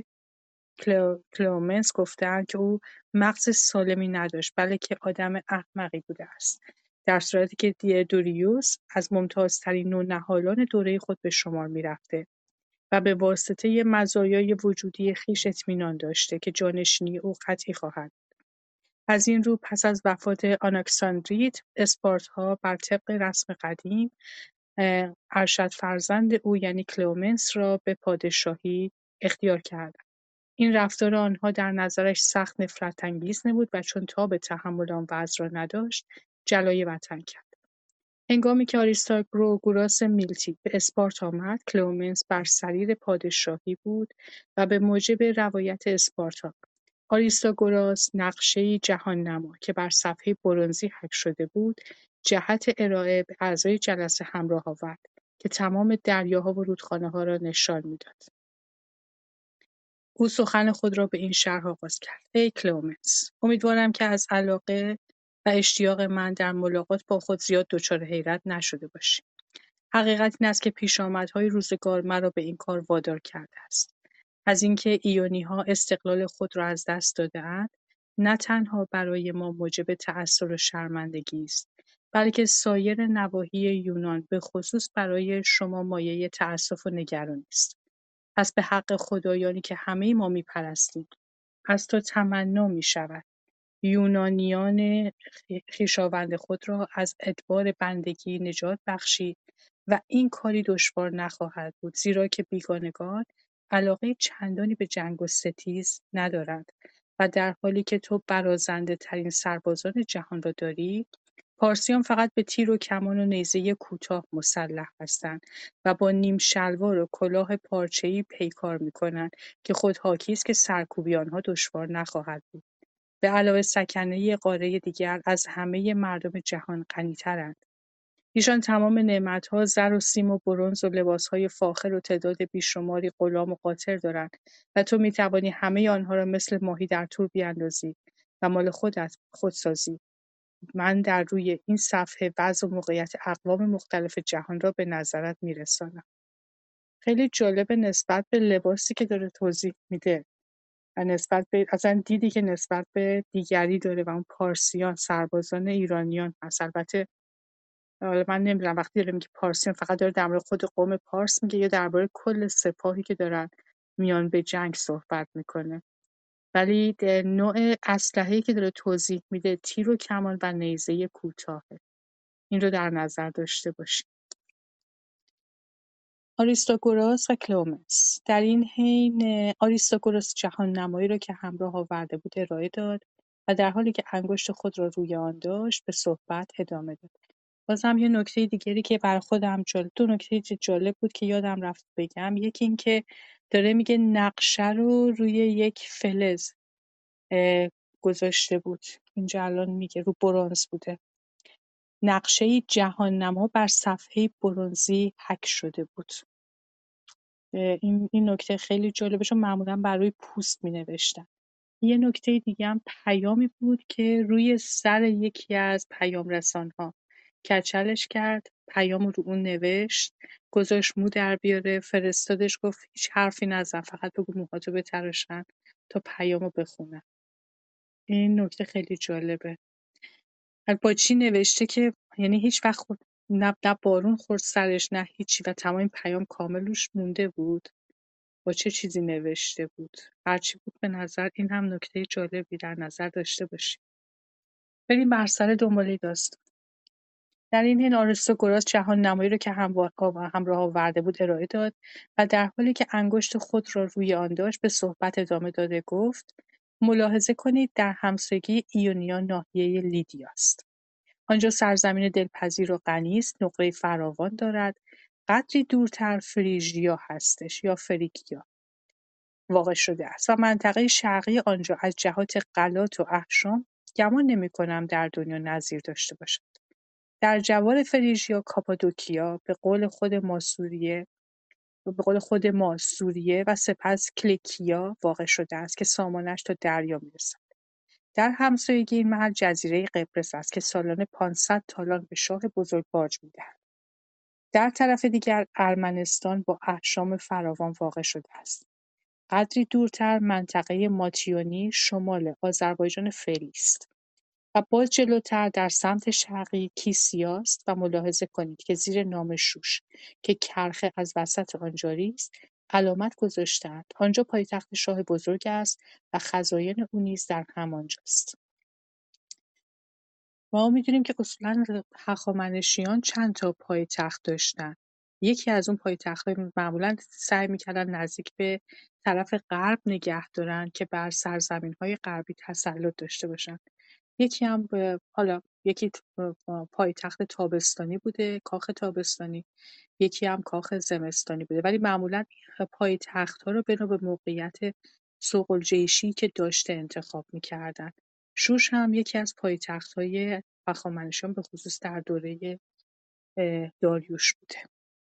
کلئومنس گفته‌اند که او مغز سالمی نداشت بلکه آدم احمقی بوده است، در صورتی که دوریوس از ممتازترین نونهالان دوره خود به شمار می‌رفته و به واسطه مزایای وجودی خویش اطمینان داشته که جانشینی او قطعی خواهد. از این رو پس از وفات آناکساندریت، اسپارتها بر طبق رسم قدیم ارشد فرزند او یعنی کلئومنس را به پادشاهی اختیار کردند. این رفتار آنها در نظرش سخت نفرت‌انگیز نمود و چون تاب تحمل آن وضع را نداشت، جلای وطن کرد. هنگامی که آریستاگوراس میلتی به اسپارت آمد، کلئومنس بر سریر پادشاهی بود و به موجب روایت اسپارتا، آریستاگوراس نقشه‌ای جهان‌نما که بر صفحه برنزی حک شده بود، جهت ارائه به اعضای جلسه همراه آورد که تمام دریاها و رودخانه‌ها را نشان می‌داد. او سخن خود را به این شرح آغاز کرد: ای کلئومنس، امیدوارم که از علاقه و اشتیاق من در ملاقات با خود زیاد دچار حیرت نشده باشی. حقیقت این است که پیشامدهای روزگار مرا به این کار وادار کرده است. از اینکه ایونی‌ها استقلال خود را از دست داده‌اند، نه تنها برای ما موجب تأثر و شرمندگی است، بلکه سایر نواحی یونان به خصوص برای شما مایه تأسف و نگرانی است. پس به حق خدایانی که همه ما می‌پرستیم، از تو تمنا می‌شود یونانیان خویشاوند خود را از ادبار بندگی نجات بخشی و این کاری دشوار نخواهد بود، زیرا که بیگانگان علاقه چندانی به جنگ و ستیز ندارند و در حالی که تو برازنده ترین سربازان جهان را داری، پارسیان فقط به تیر و کمان و نیزه کوتاه مسلح هستند و با نیم شلوار و کلاه پارچه‌ای پیکار می‌کنند که خود حاکی است که سرکوبی آنها دشوار نخواهد بود. به علاوه سکنه قاره دیگر از همه مردم جهان غنی‌ترند. ایشان تمام نعمت‌ها، زر و سیم و برنز و لباس‌های فاخر و تعداد بیشماری غلام و قاطر دارند و تو می‌توانی همه آنها را مثل ماهی در تور بیندازی و مال خود سازی. من در روی این صفحه وضع و موقعیت اقوام مختلف جهان را به نظرت می‌رسانم. خیلی جالب نسبت به لباسی که داره توضیح میده. و نسبت به اصلا دیدی که نسبت به دیگری داره و اون پارسیان سربازان ایرانیان هست. البته حالا من نمیدونم وقتی داره میگه پارسیان فقط داره در مورد خود قوم پارس میگه یا درباره کل سپاهی که دارن میان به جنگ صحبت میکنه. ولی نوع اسلحه‌ای که داره توضیح میده تیر و کمان و نیزه کوتاهه. این رو در نظر داشته باشید. آریستوگوراس و کلومنس. در این حین آریستوگوراس جهان‌نمایی را که همراه آورده بود ارائه داد و در حالی که انگشت خود را روی آن داشت به صحبت ادامه داد. بازم یه نکته دیگری که بر خودم دو نکته جالب بود که یادم رفت بگم. یکی این که داره میگه نقشه رو روی یک فلز گذاشته بود. اینجا الان میگه رو برنز بوده. نقشه جهان‌نما بر صفحه برنزی حک شده بود. این نکته خیلی جالبه چون معمولا بر روی پوست می‌نوشتن. یه نکته دیگه هم پیامی بود که روی سر یکی از پیام رسان‌ها کچلش کرد، پیام رو اون نوشت، گذاشت مو در بیاره، فرستادش گفت هیچ حرفی نزن فقط بگو موهاتو بتراشن تا پیامو بخونن. این نکته خیلی جالبه. با چی نوشته که یعنی هیچ وقت نه بارون خورد سرش نه هیچی و تمام این پیام کامل روش مونده بود. با چه چیزی نوشته بود؟ هرچی بود به نظر این هم نکته جالبی در نظر داشته باشیم. بریم بر سر دنباله داستان. در این حین آریستوگوراس جهان‌نمایی را که همراه آورده بود ارائه داد و در حالی که انگشت خود را روی آن داشت به صحبت ادامه داده گفت ملاحظه کنید در همسایگی ایونیا ناحیه لیدیا است. آنجا سرزمین دلپذیر و غنی است، نقره فراوان دارد. قدری دورتر فریژیا هستش یا فریگیا واقع شده است و منطقه شرقی آنجا از جهات غلات و احشام گمان نمی‌کنم در دنیا نظیر داشته باشد. در جوار فریژیا کاپادوکیا به قول خود ما سوریه و سپس کلیکیا واقع شده است که سامانش تا دریا می‌رسد. در همسایگی این محل جزیره قبرس است که سالانه 500 تالان به شاه بزرگ باج می‌دهد. در طرف دیگر ارمنستان با احشام فراوان واقع شده است. قدری دورتر منطقه ماتیونی شمال آذربایجان فعلی است و باز جلوتر در سمت شرقی کیسیا است و ملاحظه کنید که زیر نام شوش که کرخه از وسط آن جاری است علامت گذاشته‌اند آنجا پایتخت شاه بزرگ است و خزاین او نیز در همانجاست. ما می‌دونیم که اصولاً هخامنشیان چند تا پایتخت داشتن. یکی از اون پایتخت‌ها معمولاً سعی می‌کردن نزدیک به طرف غرب نگه دارن که بر سرزمین‌های غربی تسلط داشته باشن. یکی هم یکی پایتخت تابستانی بوده، کاخ تابستانی، یکی هم کاخ زمستانی بوده. ولی معمولاً پایتخت‌ها رو بنا به موقعیت ثقل‌جیشی که داشته انتخاب می‌کردن. شوش هم یکی از پایتخت‌های هخامنشیان بخصوص در دوره داریوش بوده.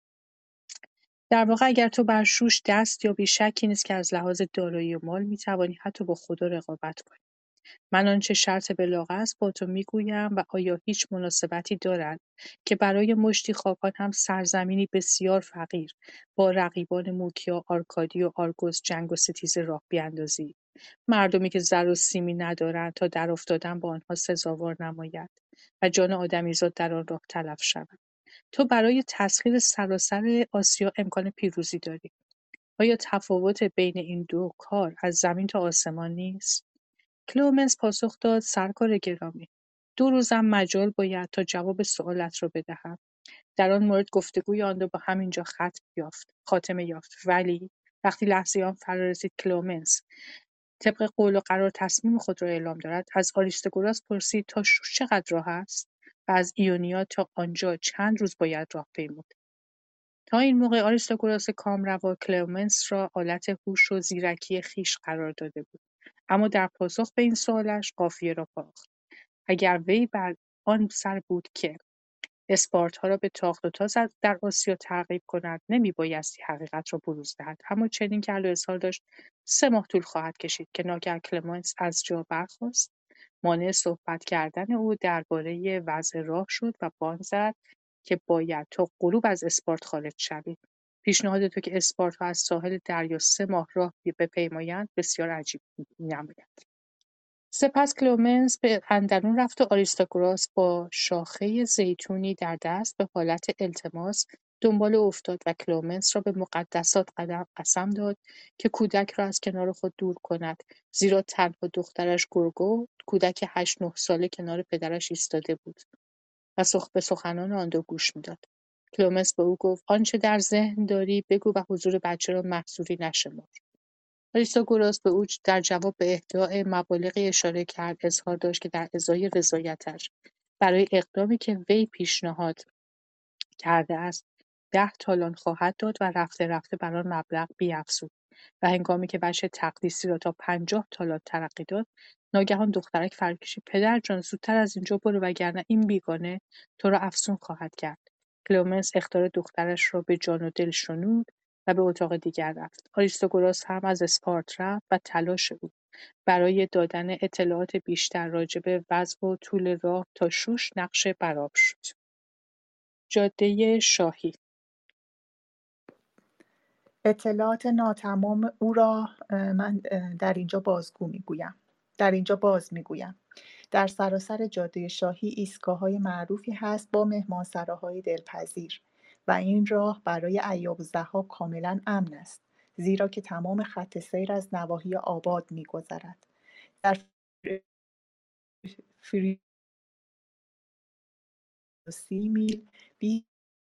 در واقع اگر تو بر شوش دست یابی شکی نیست که از لحاظ دارایی و مال می‌توانی حتی با خدا رقابت کنی. من آنچه شرط بلاغ است با تو می‌گویم و آیا هیچ مناسبتی دارد که برای مشتی خاکان هم سرزمینی بسیار فقیر با رقیبان موکیا، آرکادی و آرگوس جنگ و ستیزه راه بیندازی؟ مردمی که زر و سیمی ندارند تا در افتادن با آنها سزاوار نماید و جان آدمیزاد در آن راه تلف شود. تو برای تسخیر سراسر آسیا امکان پیروزی داری. آیا تفاوت بین این دو کار از زمین تا آسمان نیست؟ کلئومنس پاسخ داد سرکار گرامی 2 روزم مجال باید تا جواب سؤالت را بدهم. در آن مورد گفتگوی آن دو با همینجا خاتمه یافت. ولی وقتی لحظه آن فرا رسید کلئومنس طبق قول و قرار تصمیم خود را اعلام دارد از آریستوگوراس پرسید تا شوش چقدر راه است و از ایونیا تا آنجا چند روز باید راه پیمود. تا این موقع آریستوگوراس کامروا کلئومنس را آلت هوش و زیرکی خویش قرار داده بود، اما در پاسخ به این سؤالش قافیه را باخت. اگر وی بر آن سر بود که اسپارتا را به تاخت و تاز در آسیا ترغیب کند نمیبایستی حقیقت را بروز دهد، اما چنین کرد و اظهار داشت 3 ماه طول خواهد کشید که ناگه کلئومنس از جا برخاست، مانع صحبت کردن او درباره وضع راه شد و بانگ زد که باید تا غروب از اسپارت خارج شوید. پیشنهاد تو که اسپارتا از ساحل دریا 3 ماه راه بپیمایند بسیار عجیب می‌نماید. سپس کلومنس به اندرون رفت و آریستاگوراس با شاخه زیتونی در دست به حالت التماس دنبال او افتاد و کلومنس را به مقدسات قسم داد که کودک را از کنار خود دور کند، زیرا تنها دخترش گورگو کودک 8-9 ساله کنار پدرش ایستاده بود و به سخنان آن دو گوش میداد. کلومنس به او گفت آنچه در ذهن داری بگو و حضور بچه را محصوری نشمار. آریستاگوراس به او در جواب به اهدای مبالغی اشاره کرد، اظهار داشت که در ازای رضایتش برای اقدامی که وی پیشنهاد کرده است 10 تالان خواهد داد و رفته رفته بر آن مبلغ بیفزود و هنگامی که وجه تقدیسی را تا 50 تالان ترقی داد، ناگهان دخترک فریاد کشید پدر جان زودتر از اینجا برو وگرنه این بیگانه تو را افسون خواهد کرد. کلومنس اخطار دخترش را به جان و دل شنود و به اتاق دیگر رفت. آریستاگوراس هم از اسپارت رفت و تلاش او برای دادن اطلاعات بیشتر راجع به وضع و طول راه تا شوش نقش برآب شد. جاده شاهی اطلاعات ناتمام او را من در اینجا باز میگویم. در سراسر جاده شاهی ایستگاه‌های معروفی هست با مهمانسراهای دلپذیر و این راه برای ایاب الضحاک کاملا امن است، زیرا که تمام خط سیر از نواحی آباد می‌گذرد. در فری 30 میل 20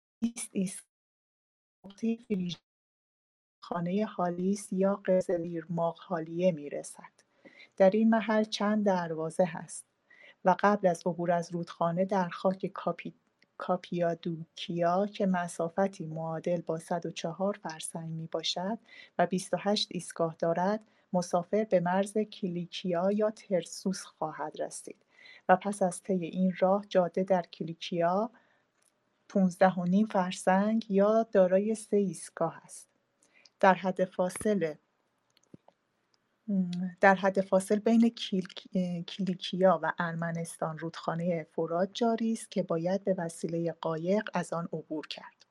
ایستگاه فریژخانه هالیس یا قزل‌یرماغ حالیه می‌رسد. در این محل چند دروازه هست و قبل از عبور از رودخانه در خاک کاپیادوکیا که مسافتی معادل با 104 فرسنگ می باشد و 28 ایستگاه دارد، مسافر به مرز کیلیکیا یا ترسوس خواهد رسید و پس از طی این راه جاده در کیلیکیا 15.5 فرسنگ یا دارای 3 ایستگاه است. در حد فاصل بین کیلیکیا و ارمنستان رودخانه فرات جاری است که باید به وسیله قایق از آن عبور کرد.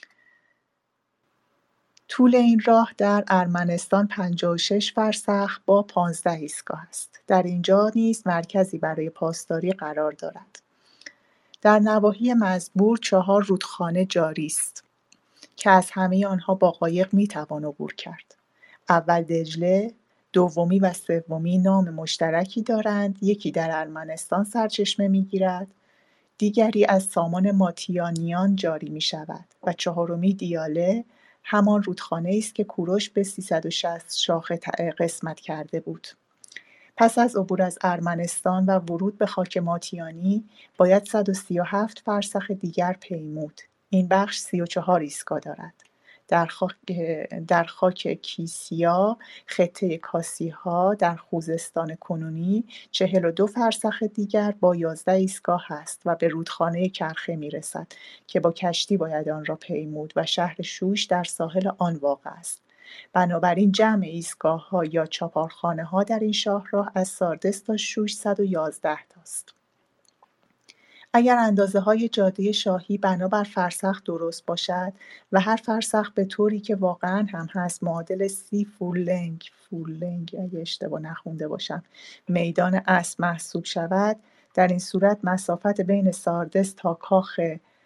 طول این راه در ارمنستان 56 فرسخ با 15 ایستگاه است. در اینجا نیز مرکزی برای پاسداری قرار دارد. در نواحی مزبور 4 رودخانه جاری است که از همه آنها با قایق میتوان عبور کرد. اول دجله، دومی و سومی نام مشترکی دارند، یکی در ارمنستان سرچشمه میگیرد، دیگری از سامان ماتیانیان جاری می شود و چهارمی دیاله، همان رودخانه است که کوروش به 360 شاخه قسمت کرده بود. پس از عبور از ارمنستان و ورود به خاک ماتیانی باید 137 فرسخ دیگر پیمود. این بخش 34 ایستگاه دارد. در خاک کیسیا، خطه کاسیها در خوزستان کنونی 42 فرسخ دیگر با 11 ایستگاه است و به رودخانه کرخه میرسد که با کشتی باید آن را پیمود و شهر شوش در ساحل آن واقع است. بنابراین جمع ایستگاه‌ها یا چاپارخانه‌ها در این شاهراه از ساردس تا شوش 111 تاست. اگر اندازه‌های جاده شاهی بنابر فرسخ درست باشد و هر فرسخ به طوری که واقعاً هم هست معادل 30 فورلنگ اگه اشتباه نخونده باشم میدان اسب محسوب شود، در این صورت مسافت بین ساردس تا کاخ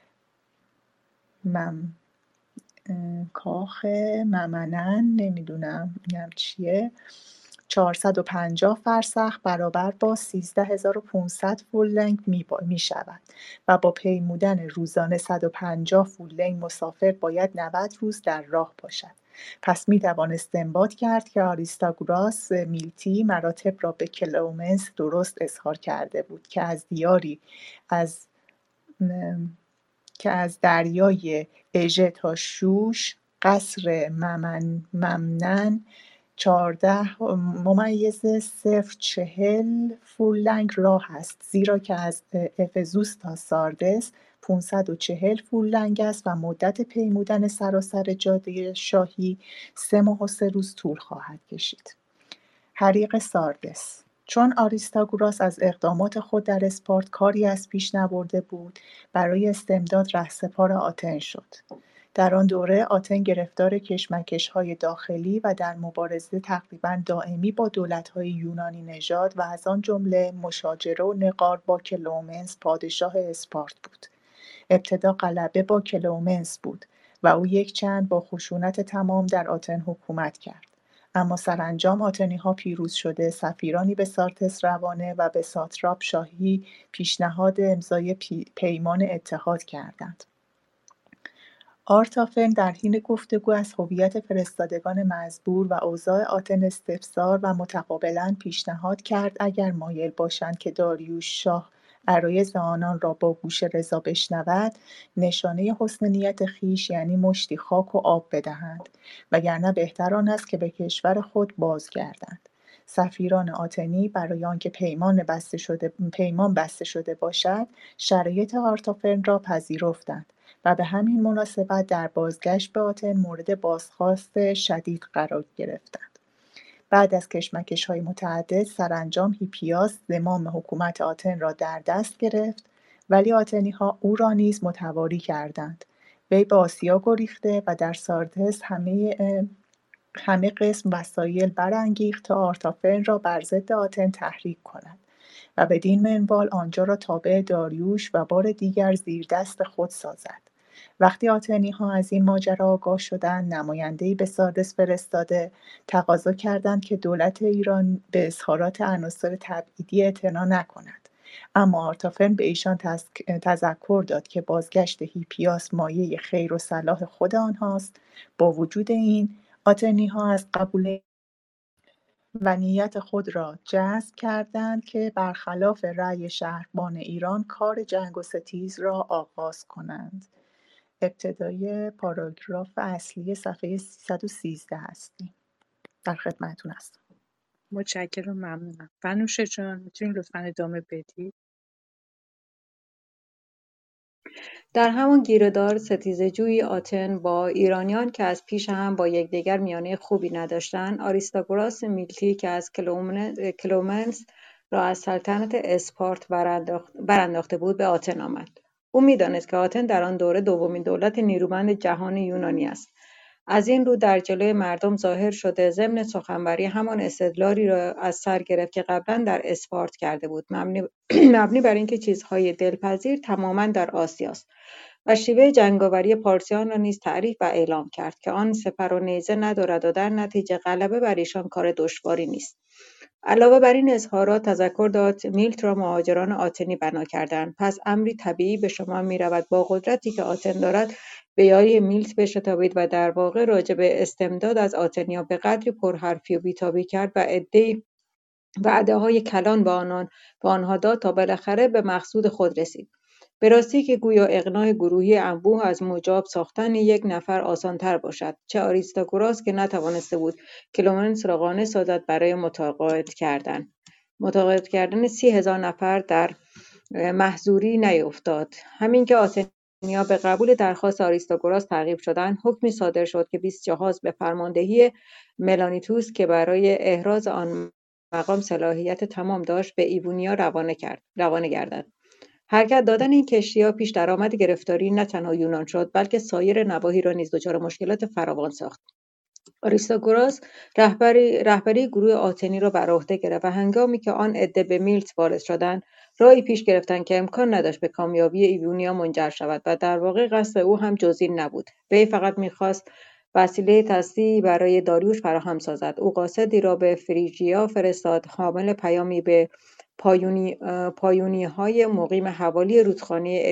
ممنن نمیدونم اینم چیه 450 فرسخ برابر با 13500 فورلنگ می شود و با پیمودن روزانه 150 فورلنگ مسافر باید 90 روز در راه باشد. پس می توان استنباط کرد که آریستاگوراس میلتی مراتب را به کلومنس درست اظهار کرده بود که از دریای اژه تا شوش قصر ممنن 14.040 فورلنگ راه است، زیرا که از افزوس تا ساردس 540 فورلنگ است و مدت پیمودن سراسر جاده شاهی 3 ماه و 3 روز طول خواهد کشید. حریق ساردس. چون آریستاگوراس از اقدامات خود در اسپارت کاری از پیش نبرده بود، برای استمداد رهسپار آتن شد. در آن دوره آتن گرفتار کشمکش‌های داخلی و در مبارزه تقریباً دائمی با دولت‌های یونانی نژاد و از آن جمله مشاجره و نقار با کلئومنس پادشاه اسپارت بود. ابتدا غلبه با کلئومنس بود و او یک چند با خشونت تمام در آتن حکومت کرد. اما سرانجام آتنی‌ها پیروز شده سفیرانی به سارتس روانه و به ساتراپ شاهی پیشنهاد امضای پیمان اتحاد کردند. آرتافن در حین گفتگو از هویت فرستادگان مزبور و اوضاع آتن استفسار و متقابلاً پیشنهاد کرد اگر مایل باشند که داریوش شاه عرایض آنان را با گوش رضا بشنود، نشانه حسن نیت خویش یعنی مشتی خاک و آب بدهند، وگرنه بهتر آن است که به کشور خود بازگردند. سفیران آتنی برای آنکه پیمان بسته شده باشد، شرایط آرتافرن را پذیرفتند و به همین مناسبت در بازگشت به آتن مورد بازخواست شدید قرار گرفتند. بعد از کشمکش‌های متعدد سرانجام هیپیاس زمام حکومت آتن را در دست گرفت، ولی آتنی‌ها او را نیز متواری کردند. وی به آسیا گریخته و در سارتس همه قسم وسایل برانگیخت تا آرتافرن را بر ضد آتن تحریک کند و بدین منوال آنجا را تابع داریوش و بار دیگر زیر دست خود سازد. وقتی آتنی‌ها از این ماجرا آگاه شدند، نماینده‌ای به سارتس فرستاده تقاضا کردند که دولت ایران به اظهارات عناصر تبعیدی اعتنا نکند. اما آرتافرن به ایشان تذکر داد که بازگشت هیپیاس مایه خیر و صلاح خود آنهاست. با وجود این، آتنی‌ها از قبول و نیت خود را جزم کردند که برخلاف رأی شهربان ایران کار جنگ و ستیز را آغاز کنند. ابتدای پاراگراف اصلی صفحه 313 هستیم. در خدمتون هستم. متشکرم، ممنونم. فنوشه جان میتونی لطفاً ادامه بدی؟ در همان گیره‌دار ستیزه‌جویی آتن با ایرانیان که از پیش هم با یکدیگر میانه خوبی نداشتند، آریستاگوراس میلتی که از کلئومنس را از سلطنت اسپارت برانداخته بود به آتن آمد. او می‌دانست که آتن در آن دوره دومین دولت نیرومند جهان یونانی است. از این رو در جلوی مردم ظاهر شده ضمن سخنوری همان استدلالی را از سر گرفت که قبلا در اسپارت کرده بود، مبنی بر اینکه چیزهای دلپذیر تماما در آسیاست و شیوه جنگاوری پارسیان را نیز تعریف و اعلام کرد که آن سپر و نیزه ندارد و در نتیجه غلبه بر ایشان کار دشواری نیست. علاوه بر این اظهارات تذکر داد میلت را مهاجران آتنی بنا کردند. پس امری طبیعی به شما می‌رود با قدرتی که آتن دارد به یاری میلت بشتابید و در واقع راجع به استمداد از آتنیا به قدری پرحرفی و بیتابی کرد و عده‌ای وعده‌های کلان به آنها داد تا بالاخره به مقصود خود رسید. به راستی که گویا اقناع گروهی انبوه از مجاب ساختن یک نفر آسان‌تر باشد، چه آریستاگوراس که نتوانسته بود کلئومنس را قانع سازد برای متقاعد کردن 30,000 نفر در محظوری نیفتاد. همین که آتنیا به قبول درخواست آریستاگوراس تعقیب شدند، حکمی صادر شد که 20 جهاز به فرماندهی ملانیتوس که برای احراز آن مقام صلاحیت تمام داشت به ایونیا روانه گردد. حرکت دادن این کشتی‌ها پیش درآمد گرفتاری نه تنها یونان شد، بلکه سایر نواحی را نیز دچار مشکلات فراوان ساخت. آریستاگوراس رهبری گروه آتنی را بر عهده گرفت و هنگامی که آن عده به میلت وارد شدند، راهی پیش گرفتند که امکان نداشت به کامیابی ایونیا منجر شود و در واقع قصد او هم جز این نبود. وی فقط می‌خواست وسیله تسلیحی برای داریوش فراهم سازد. او قاصدی را به فریجیا فرستاد حامل پیامی به پایونی‌های مقیم حوالی رودخانه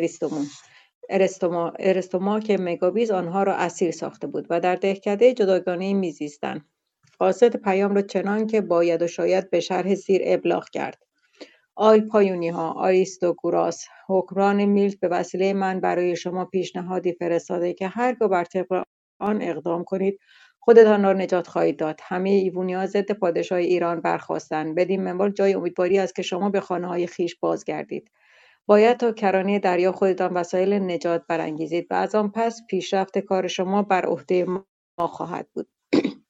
ارستوما که مگابیز آنها را اسیر ساخته بود و در دهکده جداگانه‌ای می‌زیستند. قاصد پیام را چنان که باید و شاید به شرح زیر ابلاغ کرد: آی پایونی‌ها، آریستاگوراس حکمران میلت به وسیله من برای شما پیشنهادی فرستاده که هرگاه بر طبق آن اقدام کنید خودتان را نجات خواهید داد. همه ایونیا ضد پادشاه ایران برخاستند. بدین منوال جای امیدواری است که شما به خانه‌های خویش بازگردید. باید تا کرانه دریا خودتان وسایل نجات برانگیزید و از آن پس پیشرفت کار شما بر عهده ما خواهد بود.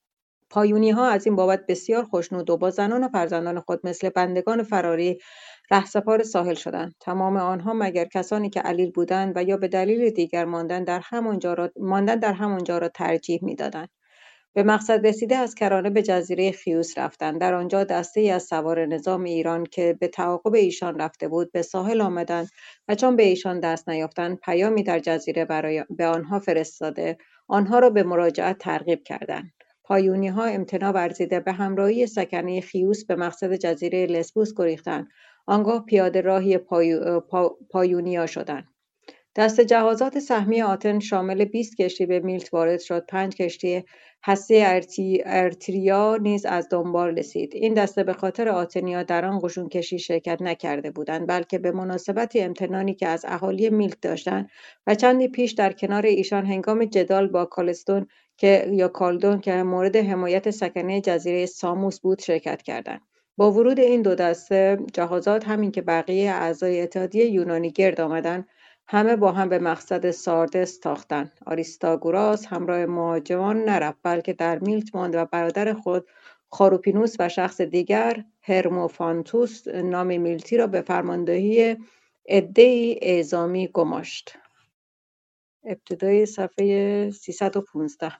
پایونی‌ها از این بابت بسیار خوشنود و با زنان و فرزندان خود مثل بندگان فراری رهسپار ساحل شدند. تمام آنها مگر کسانی که علیل بودند و یا به دلیل دیگر ماندن در همانجا را ترجیح می‌دادند. به مقصد رسیده از کرانه به جزیره خیوس رفتند. در آنجا دسته‌ای از سوار نظام ایران که به تعاقب ایشان رفته بود به ساحل آمدند و چون به ایشان دست نیافتند پیامی در جزیره به آنها فرستاده آنها را به مراجعت ترغیب کردند. پایونی‌ها امتناع ورزیده به همراهی سکنه خیوس به مقصد جزیره لسبوس گریختند. آنگاه پیاده راهی پایونیا شدند. دست جهازات سهمی آتن شامل 20 کشتی به میلت وارد شد. 5 کشتی هسته ارتریا نیز از دنبال رسید. این دسته به خاطر آتنیا در آن قشونکشی شرکت نکرده بودند، بلکه به مناسبت امتنانی که از اهالی میلت داشتند و چندی پیش در کنار ایشان هنگام جدال با کالدون که مورد حمایت سکنه جزیره ساموس بود شرکت کردند. با ورود این دو دسته جهازات همین که بقیه اعضای اتحادیه یونانی گرد آمدند همه با هم به مقصد ساردس تاختند. آریستاگوراس همراه مهاجمان نرفت، بلکه در میلت ماند و برادر خود خاروپینوس و شخص دیگر هرموفانتوس نام میلتی را به فرماندهی عده‌ای اعزامی گماشت. ابتدای صفحه 315.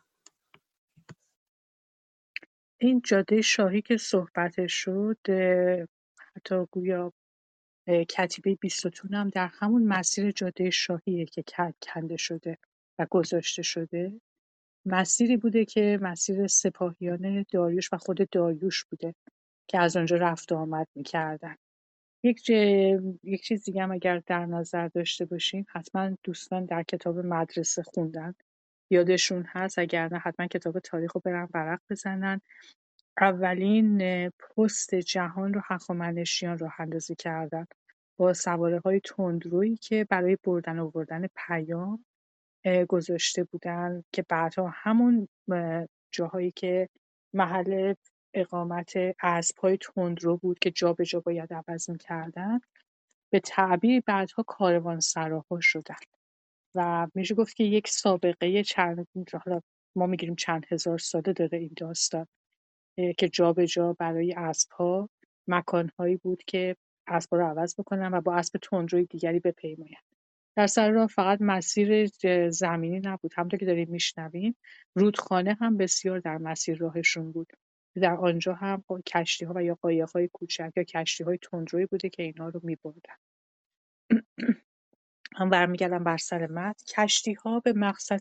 این جاده شاهی که صحبتش شد حتی گویا کتیبه بیستون هم در همون مسیر جاده شاهیه که کنده شده و گذاشته شده. مسیری بوده که مسیر سپاهیان داریوش و خود داریوش بوده که از آنجا رفت و آمد میکردن. یک چیز دیگه هم اگر در نظر داشته باشیم، حتما دوستان در کتاب مدرسه خوندن یادشون هست، اگر نه حتما کتاب تاریخ رو برن ورق بزنن. اولین پست جهان رو هخامنشیان راه اندازی کردن با سواره‌های تندرویی که برای بردن و آوردن پیام گذاشته بودن که بعدها همون جاهایی که محل اقامت اسب‌های تندرو بود که جا به جا باید عوض می‌کردن به تعبیر بعدها کاروانسراها شدن و میشه گفت که یک سابقه حالا ما میگیریم چند هزار ساله داره این داستان که جا به جا برای اسب‌ها مکانهایی بود که اسب‌ها رو عوض بکنن و با اسب تندروی دیگری بپیماین. در سر راه فقط مسیر زمینی نبود، همونطور که داریم میشنویم رودخانه هم بسیار در مسیر راهشون بود. در آنجا هم کشتی‌ها و یا قایق‌های کوچک یا کشتی‌های تندرویی بوده که اینا رو می‌بردن. هم برمیگردم بر سر متن. کشتی‌ها به مقصد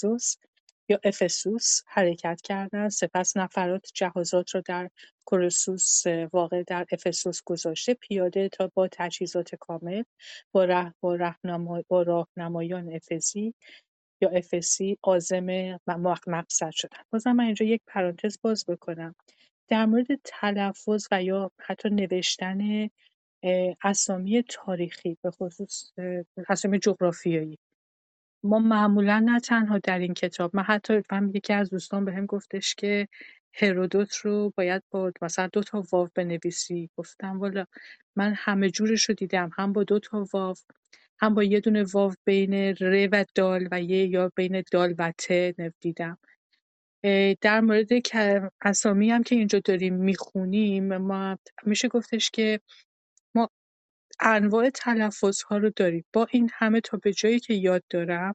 افسوس حرکت کردند. سپس نفرات جهازات را در کورسوس واقع در افسوس گذاشته پیاده تا با تجهیزات کامل با راهنمایان افسی عازم مقصد شدند. بازم من اینجا یک پرانتز باز بکنم در مورد تلفظ و یا حتی نوشتن اسامی تاریخی، به خصوص اسامی جغرافیایی. ما معمولا نه تنها در این کتاب، من یکی از دوستان بهم گفتش که هرودوت رو باید با مثلا 2 تا واو بنویسی. گفتم والا من همه جورش رو دیدم، هم با 2 تا واو، هم با یه دونه واو بین ر و دال و یا بین دال و ت دیدم. در مورد اسامی هم که اینجا داریم میخونیم، ما میشه گفتش که ما انواع تلفظها رو داریم. با این همه تا به جایی که یاد دارم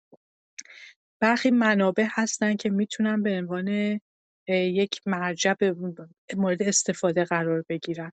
برخی منابع هستن که میتونن به عنوان یک مرجع مورد استفاده قرار بگیرن.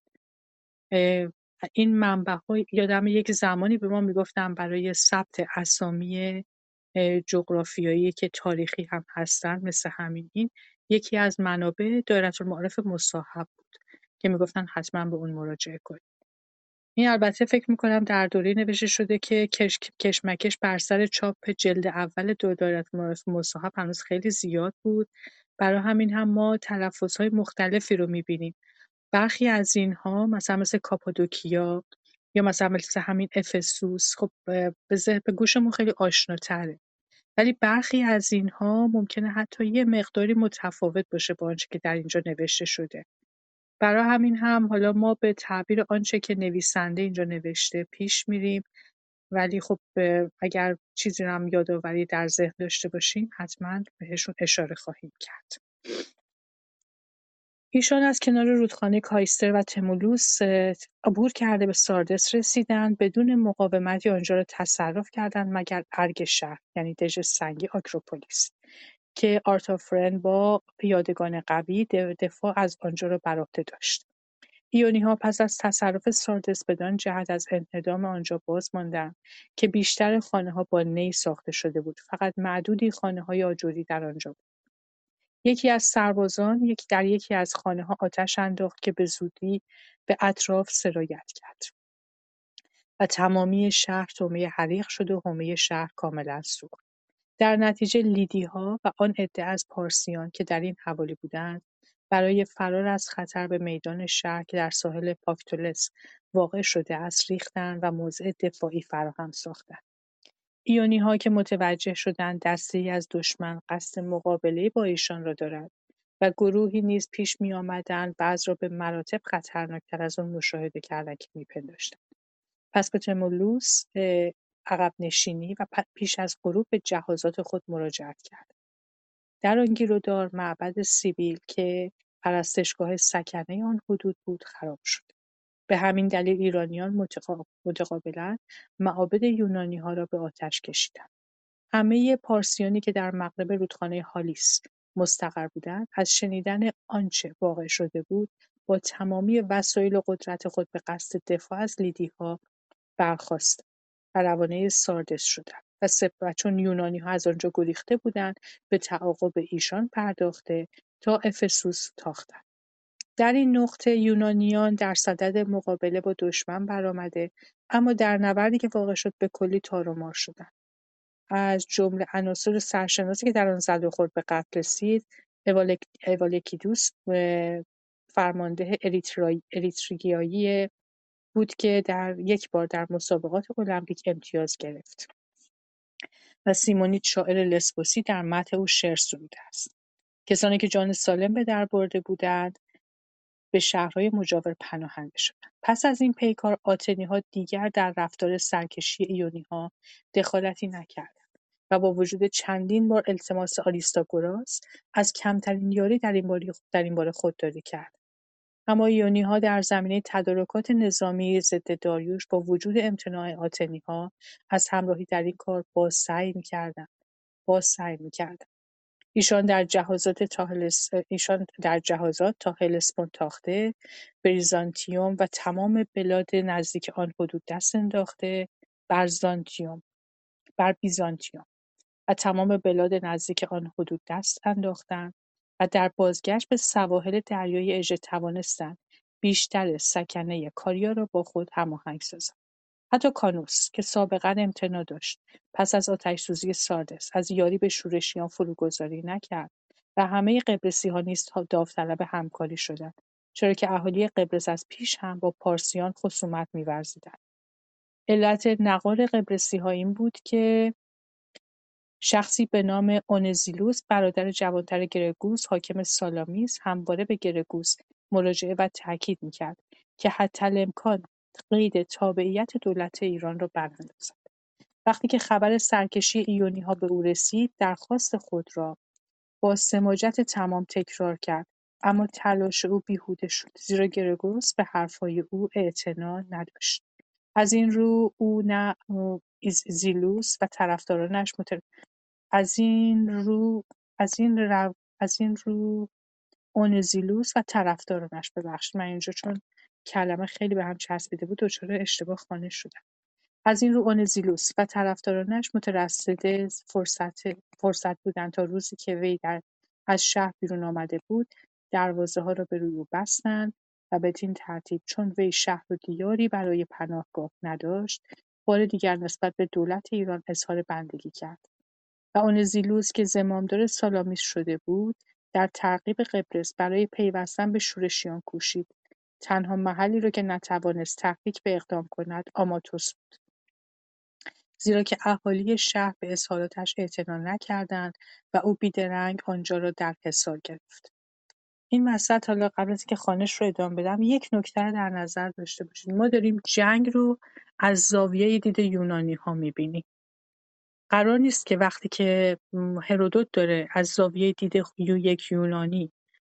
این منبع‌ها یادم یک زمانی به ما میگفتن برای ثبت اسامی جغرافیایی که تاریخی هم هستن مثل همین یکی از منابع دایره‌المعارف مصاحب بود که میگفتن حتما به اون مراجعه کنید. این البته فکر میکنم در دوره‌ای نوشته شده که کشمکش بر سر چاپ جلد اول دایره‌المعارف مصاحب هنوز خیلی زیاد بود. برای همین هم ما تلفظهای مختلفی رو میبینیم. برخی از اینها مثل کاپادوکیا یا مثل همین افسوس خب به گوشمون خیلی آشناتره، ولی برخی از اینها ممکنه حتی یه مقداری متفاوت باشه با آنچه که در اینجا نوشته شده. برای همین هم حالا ما به تعبیر آنچه که نویسنده اینجا نوشته پیش میریم، ولی خب اگر چیزی رو هم یادآوری در ذهن داشته باشیم حتما بهشون اشاره خواهیم کرد. ایشان از کنار رودخانه کایستر و تمولوس عبور کرده به ساردس رسیدند. بدون مقاومتی آنجا را تصرف کردند مگر ارگ شهر، یعنی دژ سنگی آکروپولیس، که آرتافرن با پیادگان قوی دفاع از آنجا را بر عهده داشت. ایونی‌ها پس از تصرف ساردس بدان جهت از انهدام آنجا باز ماندند که بیشتر خانه‌ها با نی ساخته شده بود. فقط معدودی خانه‌های آجری در آنجا بود. یکی از سربازان در یکی از خانه‌ها آتش انداخت که به زودی به اطراف سرایت کرد و تمامی شهر طعمه حریق شد و حومه شهر کاملا سوخت. در نتیجه لیدی‌ها و آن عده از پارسیان که در این حوالی بودند برای فرار از خطر به میدان شهر که در ساحل پاکتولس واقع شده است ریختند و موضع دفاعی فراهم ساختند. ایونی‌ها که متوجه شدند دسته‌ای از دشمن قصد مقابله با ایشان را دارد و گروهی نیز پیش می‌آمدند بعض را به مراتب خطرناکتر از آن مشاهده کردند که می‌پنداشتند. پس به تمولوس عقب نشینی و پیش از غروب به جهازات خود مراجعت کرد. در آن گیرودار معبد سیبیل که پرستشگاه سکنه آن حدود بود خراب شد. به همین دلیل ایرانیان متقابلا معابد یونانی‌ها را به آتش کشیدند. همه پارسیانی که در مغرب رودخانه هالیس مستقر بودند، از شنیدن آنچه واقع شده بود، با تمامی وسایل و قدرت خود به قصد دفاع از لیدی‌ها برخاستند و روانه ساردس شدند و چون یونانی‌ها از آنجا گریخته بودند، به تعاقب ایشان پرداخته تا افسوس تاختند. در این نقطه یونانیان در صدد مقابله با دشمن برآمده، اما در نبردی که واقع شد به کلی تار و مار شدند. از جمله عناصر سرشناسی که در آن زد و خورد به قتل رسید، اوالکیدوس فرمانده اریتریایی بود که یک بار در مسابقات المپیک امتیاز گرفت و سیمونید شاعر لسبوسی در مدح او شعر سروده است. کسانی که جان سالم به در برده بودند به شهرهای مجاور پناهنده شدند. پس از این پیکار آتنی‌ها دیگر در رفتار سرکشی ایونی‌ها دخالتی نکردند و با وجود چندین بار التماس آریستاگوراس از کمترین یاری در این باره خودداری کرد. اما ایونی‌ها در زمینه تدارکات نظامی ضد داریوش با وجود امتناع آتنی‌ها از همراهی در این کار باز سعی می‌کردند. ایشان در جهازات تا هلسپوند تاخته، بریزانتیوم و تمام بلاد نزدیک آن حدود دست انداخته، بر بیزانتیوم و تمام بلاد نزدیک آن حدود دست انداختند و در بازگشت به سواحل دریای اژه توانستند بیشتر سکنه کاریا را با خود هماهنگ سازند. حتی کانوس که سابقا امتناع داشت پس از آتش‌سوزی ساردس از یاری به شورشیان فروگذاری نکرد و همه قبرسی‌ها نیز داوطلب همکاری شدند، چرا که اهالی قبرس از پیش هم با پارسیان خصومت می‌ورزیدند. علت نقار قبرسی‌ها این بود که شخصی به نام اونزیلوس برادر جوانتر گرگوس حاکم سالامیس همواره به گرگوس مراجعه و تاکید می‌کرد که حتی قید تابعیت دولت ایران را براندازد. وقتی که خبر سرکشی ایونی‌ها به او رسید، درخواست خود را با سماجت تمام تکرار کرد، اما تلاش او بیهوده شد، زیرا گرگوس به حرفهای او اعتنا نداشت. از این رو زیلوس و طرفدارانش اونزیلوس و طرفدارانش من اینجا چون کلمه خیلی به هم چسبیده بود دچار اشتباه خوانش شدم. از این رو اونزیلوس و طرفدارانش مترصد فرصت بودند تا روزی که وی از شهر بیرون آمده بود دروازه‌ها را به روی او بستند و بدین ترتیب چون وی شهر و دیاری برای پناهگاه نداشت بار دیگر نسبت به دولت ایران اظهار بندگی کرد و اونزیلوس که زمامدار سالامیس شده بود در تعقیب قبرس برای پیوستن به شورشیان کوشید. تنها محلی را که نتوانست تحریک به اقدام کند آماتوس بود، زیرا که اهالی شهر به اظهاراتش اعتنا نکردند و او بیدرنگ آنجا را در حصار گرفت. این وسط حالا قبل از اینکه خوانش رو ادامه بدم یک نکته رو در نظر داشته باشید. ما داریم جنگ رو از زاویه دید یونانی ها میبینیم. قرار نیست که وقتی که هرودوت داره از زاویه دید یک یونانی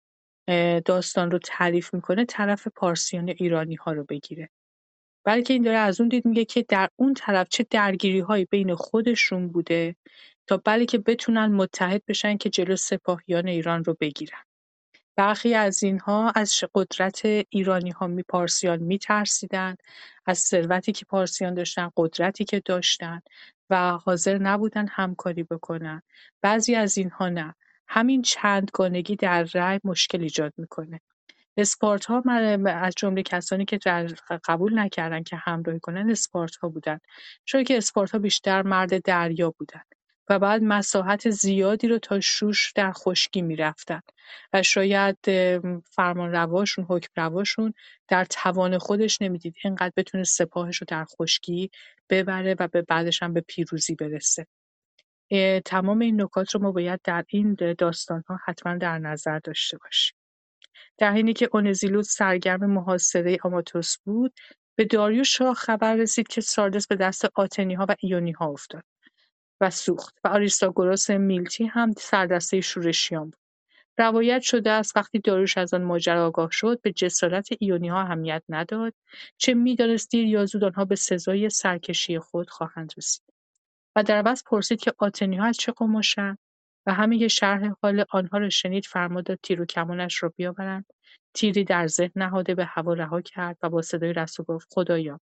داستان رو تعریف میکنه طرف پارسیان ایرانی ها رو بگیره، بلکه این داره از اون دید میگه که در اون طرف چه درگیری هایی بین خودشون بوده تا بلکه بتونن متحد بشن که جلو سپاهیان ایران رو بگیرن. برخی از اینها از قدرت ایرانی‌ها پارسیان می‌ترسیدند، از ثروتی که پارسیان داشتن، قدرتی که داشتن و حاضر نبودن همکاری بکنن. بعضی از اینها نه. همین چندگانگی در رأی مشکل ایجاد میکنه. اسپارتا از جمله کسانی که قبول نکردن که همراهی کنن اسپارتا بودن، چون که اسپارتا بیشتر مرد دریا بودن و بعد مساحت زیادی رو تا شوش در خشکی میرفتن و شاید فرمان رواشون، حکم رواشون در توان خودش نمیدید اینقدر بتونه سپاهش رو در خشکی ببره و به بعدش هم به پیروزی برسه. تمام این نکات رو ما باید در این داستان ها حتما در نظر داشته باشیم. در حینی که اونزیلوس سرگرم محاصره آماتوس بود، به داریوش شاه خبر رسید که ساردس به دست آتنی‌ها و ایونی‌ها افتاد و سوخت و آریستاگوروس میلتی هم سردسته شورشیان بود. روایت شده است وقتی داریوش از آن ماجرا آگاه شد، به جسارت ایونی‌ها اهمیت نداد، چه می‌دانست دیر یا زود آنها به سزای سرکشی خود خواهند رسید. و در عوض پرسید که آتنی‌ها از چه قماشند و همین که شرح حال آنها را شنید فرمان داد تیر و کمانش را بیاورند. تیری در ذهن نهاده به هوا رها کرد و با صدای رسا گفت خدایا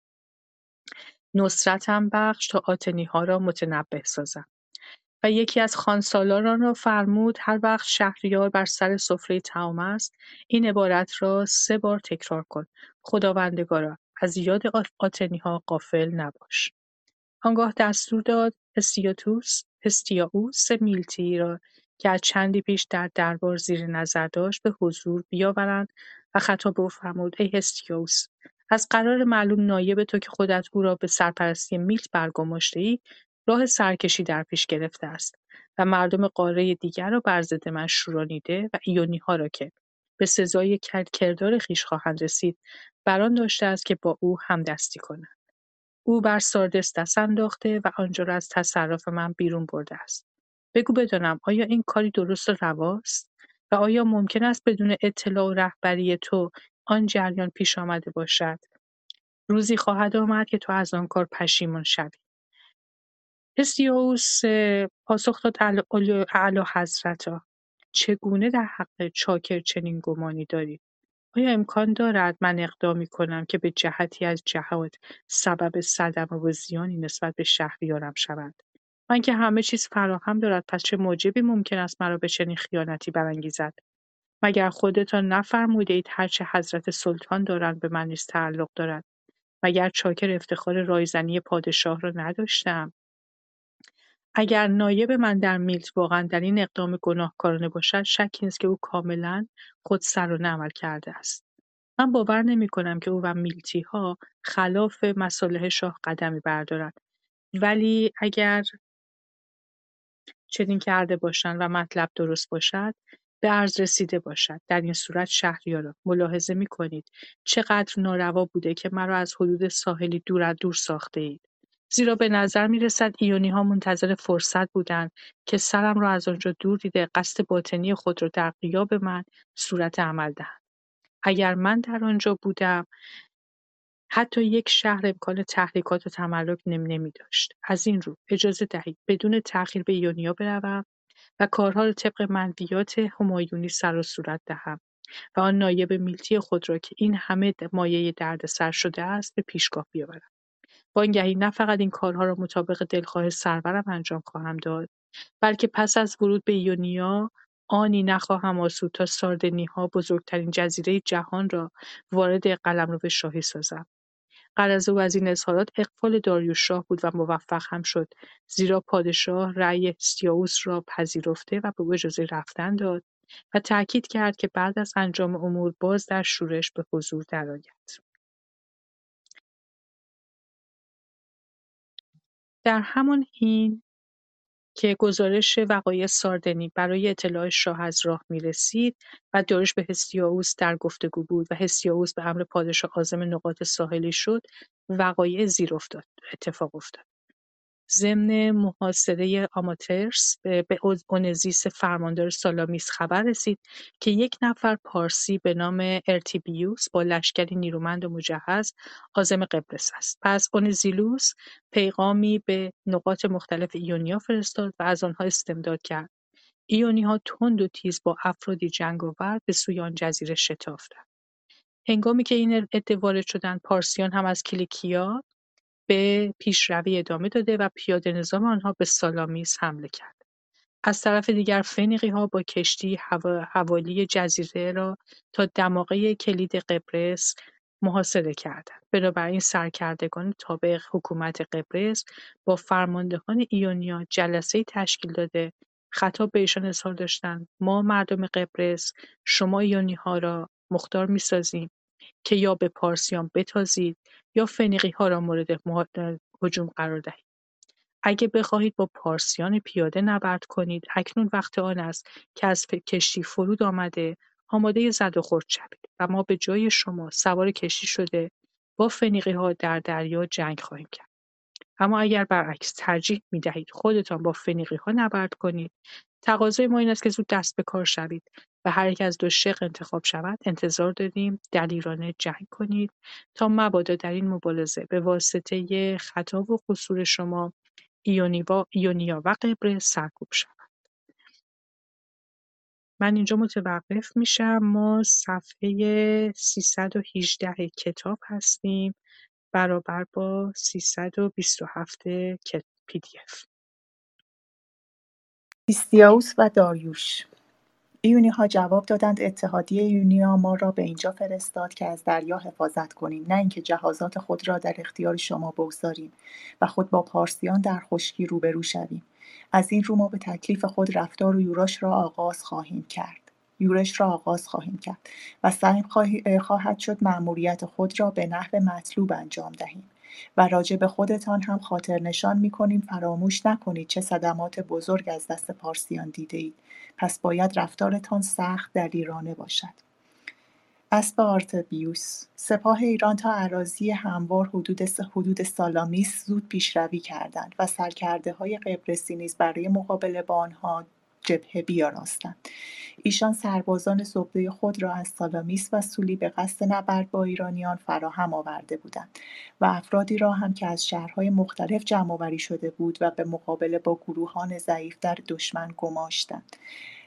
نصرتم بخش تا آتنی‌ها را متنبه سازم. و یکی از خوانسالاران را فرمود هر وقت شهریار بر سر سفره طعام است این عبارت را 3 بار تکرار کن: خداوندگارا از یاد آتنی‌ها غافل نباش. آنگاه دستور داد هستیائوس میلتی را که از چندی پیش در دربار زیر نظر داشت به حضور بیاورند و خطاب به او فرمود: ای هستیائوس، از قرار معلوم نایب تو که خودت او را به سرپرستی میلت برگماشته‌ای راه سرکشی در پیش گرفته است و مردم قاره دیگر را بر ضد من شورانیده و ایونی‌ها را که به سزای کردار خویش خواهند رسید بران داشته است که با او همدستی کنند. او بر ساردس دست انداخته و آنجا را از تصرف من بیرون برده است. بگو بدانم آیا این کاری درست و رواست؟ و آیا ممکن است بدون اطلاع و رهبری تو آن جریان پیش آمده باشد؟ روزی خواهد آمد که تو از آن کار پشیمان شوی. هستیائوس پاسخ داد: اعلی حضرتا، چگونه در حق چاکر چنین گمانی دارید؟ آیا امکان دارد من اقدامی کنم که به جهتی از جهات سبب صدمه و زیانی نسبت به شهریارم شود؟ من که همه چیز فراهم دارد، پس چه موجبی ممکن است مرا به چنین خیانتی برانگیزد؟ مگر خودتان نفرموده‌اید هرچه حضرت سلطان دارند به من نیز تعلق دارد؟ مگر چاکر افتخار رایزنی پادشاه را نداشتم؟ اگر نایب من در میلت واقعا در این اقدام گناهکارانه باشد، شکی نیست که او کاملا خودسرانه عمل کرده است. من باور نمی‌کنم که او و میلتی‌ها خلاف مصالح شاه قدمی بردارند، ولی اگر چنین کرده باشند و مطلب درست باشد، به عرض رسیده باشد. در این صورت شهریارا ملاحظه می‌کنید چقدر ناروا بوده که مرا از حدود ساحلی دور ساخته‌اید. زیرا به نظر می‌رسد ایونی‌ها منتظر فرصت بودند که سرم را از آنجا دور دیده قصد باطنی خود را در غیاب من صورت عمل دهند. اگر من در آنجا بودم حتی یک شهر امکان تحریکات و تملک نمی‌داشت. از این رو اجازه دهید بدون تأخیر به ایونیا بروم و کارها را طبق منویات همایونی سر و صورت دهم و آن نایب میلتی خود را که این همه مایه دردسر شده است به پیشگاه بیاورم. وانگهی نه فقط این کارها را مطابق دلخواه سرورم انجام خواهم داد، بلکه پس از ورود به ایونیا آنی نخواهم آسود تا ساردنی‌ها بزرگترین جزیره جهان را وارد قلمرو شاهی سازم. غرض او از این اظهارات اغفال داریوش شاه بود و موفق هم شد، زیرا پادشاه رأی هستیائوس را پذیرفته و به او اجازه رفتن داد و تأکید کرد که بعد از انجام امور باز در شورش به حضور درآید. در همان حین که گزارش وقایع ساردنی برای اطلاع شاه از راه می‌رسید و داریوش به هستیائوس در گفتگو بود و هستیائوس به امر پادشاه عازم نقاط ساحلی شد، وقایع زیر اتفاق افتاد. ضمن محاصره آماترس به اونزیس فرماندار سالامیس خبر رسید که یک نفر پارسی به نام ارتیبیوس با لشکری نیرومند و مجهز عازم قبرس است. پس اونزیلوس پیغامی به نقاط مختلف ایونیا فرستاد و از آنها استمداد کرد. ایونی‌ها تند و تیز با افرادی جنگاور به سوی آن جزیره شتافتند. هنگامی که این عده وارد شدند، پارسیان هم از کیلیکیا به پیشروی ادامه داده و پیاده نظام آنها به سالامیس حمله کرد. از طرف دیگر فنیقی‌ها با کشتی حوالی جزیره را تا دماغه کلید قبرس محاصره کردند. بنابراین سرکردگان تابع حکومت قبرس با فرماندهان ایونیا جلسه‌ای تشکیل داده خطاب به ایشان اظهار داشتند: ما مردم قبرس شما ایونی‌ها را مختار می‌سازیم که یا به پارسیان بتازید یا فنیقی‌ها را مورد هجوم قرار دهید. اگه بخواهید با پارسیان پیاده نبرد کنید، اکنون وقت آن است که از کشتی فرود آمده آماده زد و خورد شوید و ما به جای شما سوار کشتی شده با فنیقی‌ها در دریا جنگ خواهیم کرد. اما اگر برعکس ترجیح می‌دهید خودتان با فنیقی‌ها نبرد کنید، تقاضای ما این است که زود دست به کار شوید و هر یک از دو شق انتخاب شود. انتظار داریم دلیرانه جنگ کنید تا مبادا در این مبارزه به واسطه خطا و قصور شما ایونیا و قبرس سرکوب شود. من اینجا متوقف میشم. ما صفحه 318 کتاب هستیم برابر با 327 PDF. هیستیائوس و داریوش. ایونی‌ها جواب دادند اتحادیه ایونیا ما را به اینجا فرستاد که از دریا حفاظت کنیم، نه اینکه جهازات خود را در اختیار شما بگذاریم و خود با پارسیان در خشکی روبرو شویم. از این رو ما به تکلیف خود رفتار و یورش را آغاز خواهیم کرد و سعی خواهد شد مأموریت خود را به نحو مطلوب انجام دهیم. و راجع به خودتان هم خاطر نشان می‌کنیم فراموش نکنید چه صدمات بزرگ از دست پارسیان دیده‌اید. پس باید رفتارتان سخت دلیرانه باشد. اسب آرتبیوس. سپاه ایران تا اراضی هموار حدود سالامیس زود پیشروی کردند و سرکرده‌های قبرسی نیز برای مقابله با آنها جبهه بیاراستند. ایشان سربازان زبده خود را از سالامیس و سولی به قصد نبرد با ایرانیان فراهم آورده بودند و افرادی را هم که از شهرهای مختلف جمع‌آوری شده بود و به مقابله با گروهان ضعیف در دشمن گماشتند.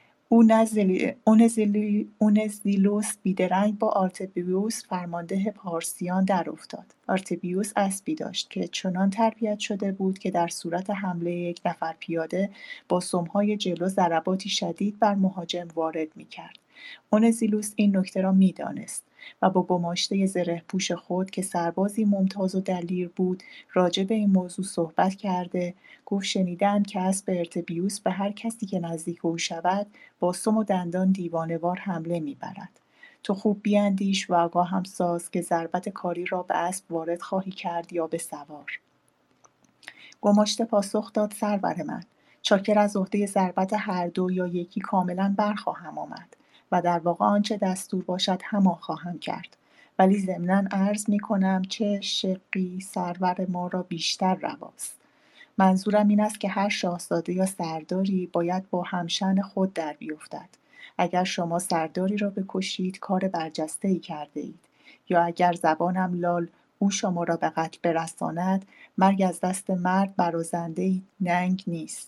اونزیلوس بیدرنگ با آرتبیوس فرمانده پارسیان در افتاد. آرتبیوس اسبی داشت که چنان تربیت شده بود که در صورت حمله یک نفر پیاده با سمهای جلو ضرباتی شدید بر مهاجم وارد می‌کرد. اونزیلوس این نکته را می‌دانست و با گماشته زره‌پوش خود که سربازی ممتاز و دلیر بود راجع به این موضوع صحبت کرده گفت شنیدم که اسب ارتبیوس به هر کسی که نزدیک او شود با سم و دندان دیوانه‌وار حمله می‌برد. تو خوب بیندیش و آگاهم ساز که ضربت کاری را به اسب وارد خواهی کرد یا به سوار. گماشته پاسخ داد سرور من، چاکر از عهده ضربت هر دو یا یکی کاملا برخواهم آمد و در واقع آنچه دستور باشد همان خواهم کرد، ولی ضمناً عرض می‌کنم چه شقی سرور ما را بیشتر رواست. منظورم این است که هر شاهزاده یا سرداری باید با همشأن خود در بیفتد. اگر شما سرداری را بکشید کار برجسته‌ای کرده اید، یا اگر زبانم لال او شما را به قتل برساند مرگ از دست مرد برازنده‌ای ننگ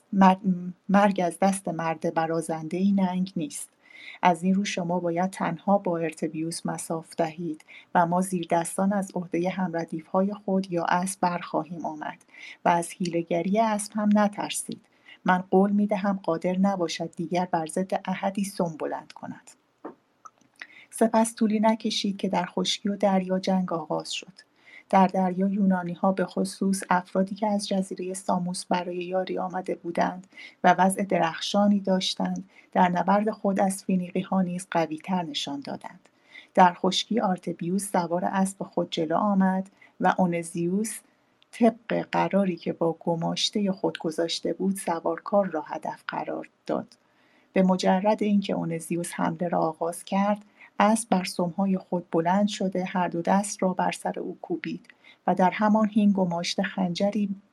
نیست. از این رو شما باید تنها با ارتبیوس مصاف دهید و ما زیر دستان از عهده همردیف‌های خود یا اسب برخواهیم آمد و از حیله‌گری اسب هم نترسید. من قول می‌دهم قادر نباشد دیگر بر ضد احدی سم بلند کند. سپس طولی نکشید که در خشکی و دریا جنگ آغاز شد. در دریا یونانی‌ها به خصوص افرادی که از جزیره ساموس برای یاری آمده بودند و وضع درخشانی داشتند در نبرد خود از فنیقی‌ها نیز قوی‌تر نشان دادند. در خشکی آرتبیوس سوار اسب خود جلو آمد و اونزیوس طبق قراری که با گماشته خود گذاشته بود سوارکار را هدف قرار داد. به مجرد اینکه اونزیوس حمله را آغاز کرد اسب بر سمهای خود بلند شده هر دو دست را بر سر او کوبید و در همان حین گماشته خنجری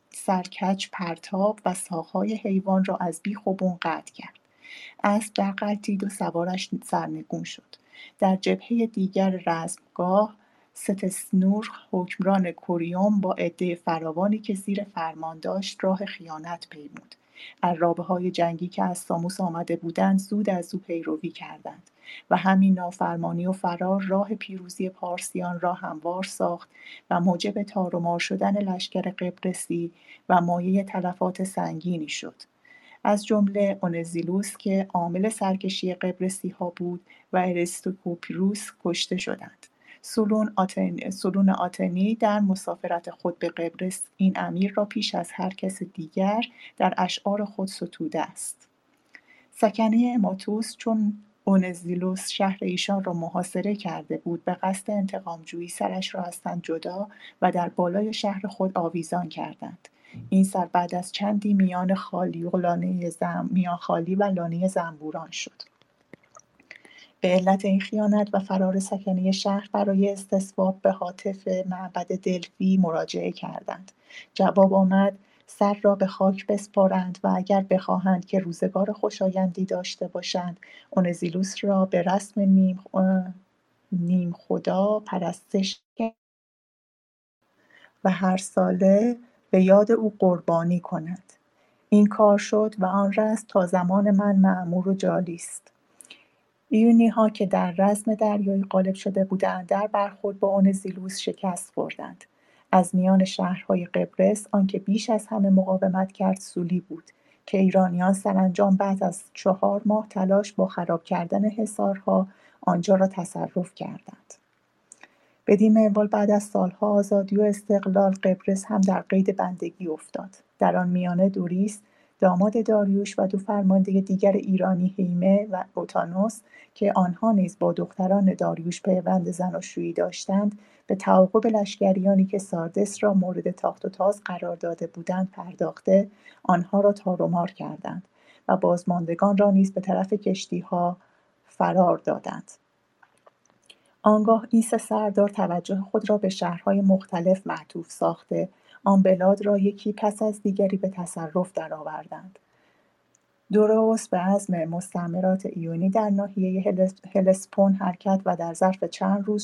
سرکج پرتاب و ساقهای حیوان را از بیخ و بن قطع کرد. اسب در غلتید و سوارش سرنگون شد. در جبهه دیگر رزمگاه ستسنور حکمران کوریوم با عده فراوانی که زیر فرمان داشت راه خیانت پیمود. عرابه‌های جنگی که از ساموس آمده بودند زود از او پیروی کردند و همین نافرمانی و فرار راه پیروزی پارسیان را هموار ساخت و موجب تار و مار شدن لشکر قبرسی و مایه تلفات سنگینی شد. از جمله اونزیلوس که عامل سرکشی قبرسی‌ها بود و اریستوکوپیروس کشته شدند. سولون آتنی در مسافرت خود به قبرس این امیر را پیش از هر کس دیگر در اشعار خود ستوده است. سکنه اماتوس چون اونزیلوس شهر ایشان را محاصره کرده بود به قصد انتقامجویی سرش را از تن جدا و در بالای شهر خود آویزان کردند. این سر بعد از چندی میان خالی و لانه زنبوران شد. به علت این خیانت و فرار سکنه شهر برای استصواب به هاتف معبد دلفی مراجعه کردند. جواب آمد سر را به خاک بسپارند و اگر بخواهند که روزگار خوشایندی داشته باشند اونزیلوس را به رسم نیم خدا پرستش و هر ساله به یاد او قربانی کنند. این کار شد و آن رسم تا زمان من مأمور و جاری است. ایونی‌ها که در رزم دریایی غالب شده بودند در برخورد با اونزیلوس شکست خوردند. از میان شهرهای قبرس آنکه بیش از همه مقاومت کرد سولی بود که ایرانیان سرانجام بعد از 4 ماه تلاش با خراب کردن حصارها آنجا را تصرف کردند. بدین منوال بعد از سالها آزادی و استقلال قبرس هم در قید بندگی افتاد. در آن میانه دوریس داماد داریوش و 2 فرمانده دیگر ایرانی هیمه و اوتانوس که آنها نیز با دختران داریوش پیوند زناشویی داشتند به تعاقب لشکریانی که ساردس را مورد تاخت و تاز قرار داده بودند پرداخته آنها را تار و مار کردند و بازماندگان را نیز به طرف کشتی‌ها فرار دادند. آنگاه این 3 سردار توجه خود را به شهرهای مختلف معطوف ساخته آن بلاد را یکی پس از دیگری به تصرف درآوردند. دوروس به عزم مستعمرات ایونی در ناحیه هلسپون حرکت و در ظرف چند روز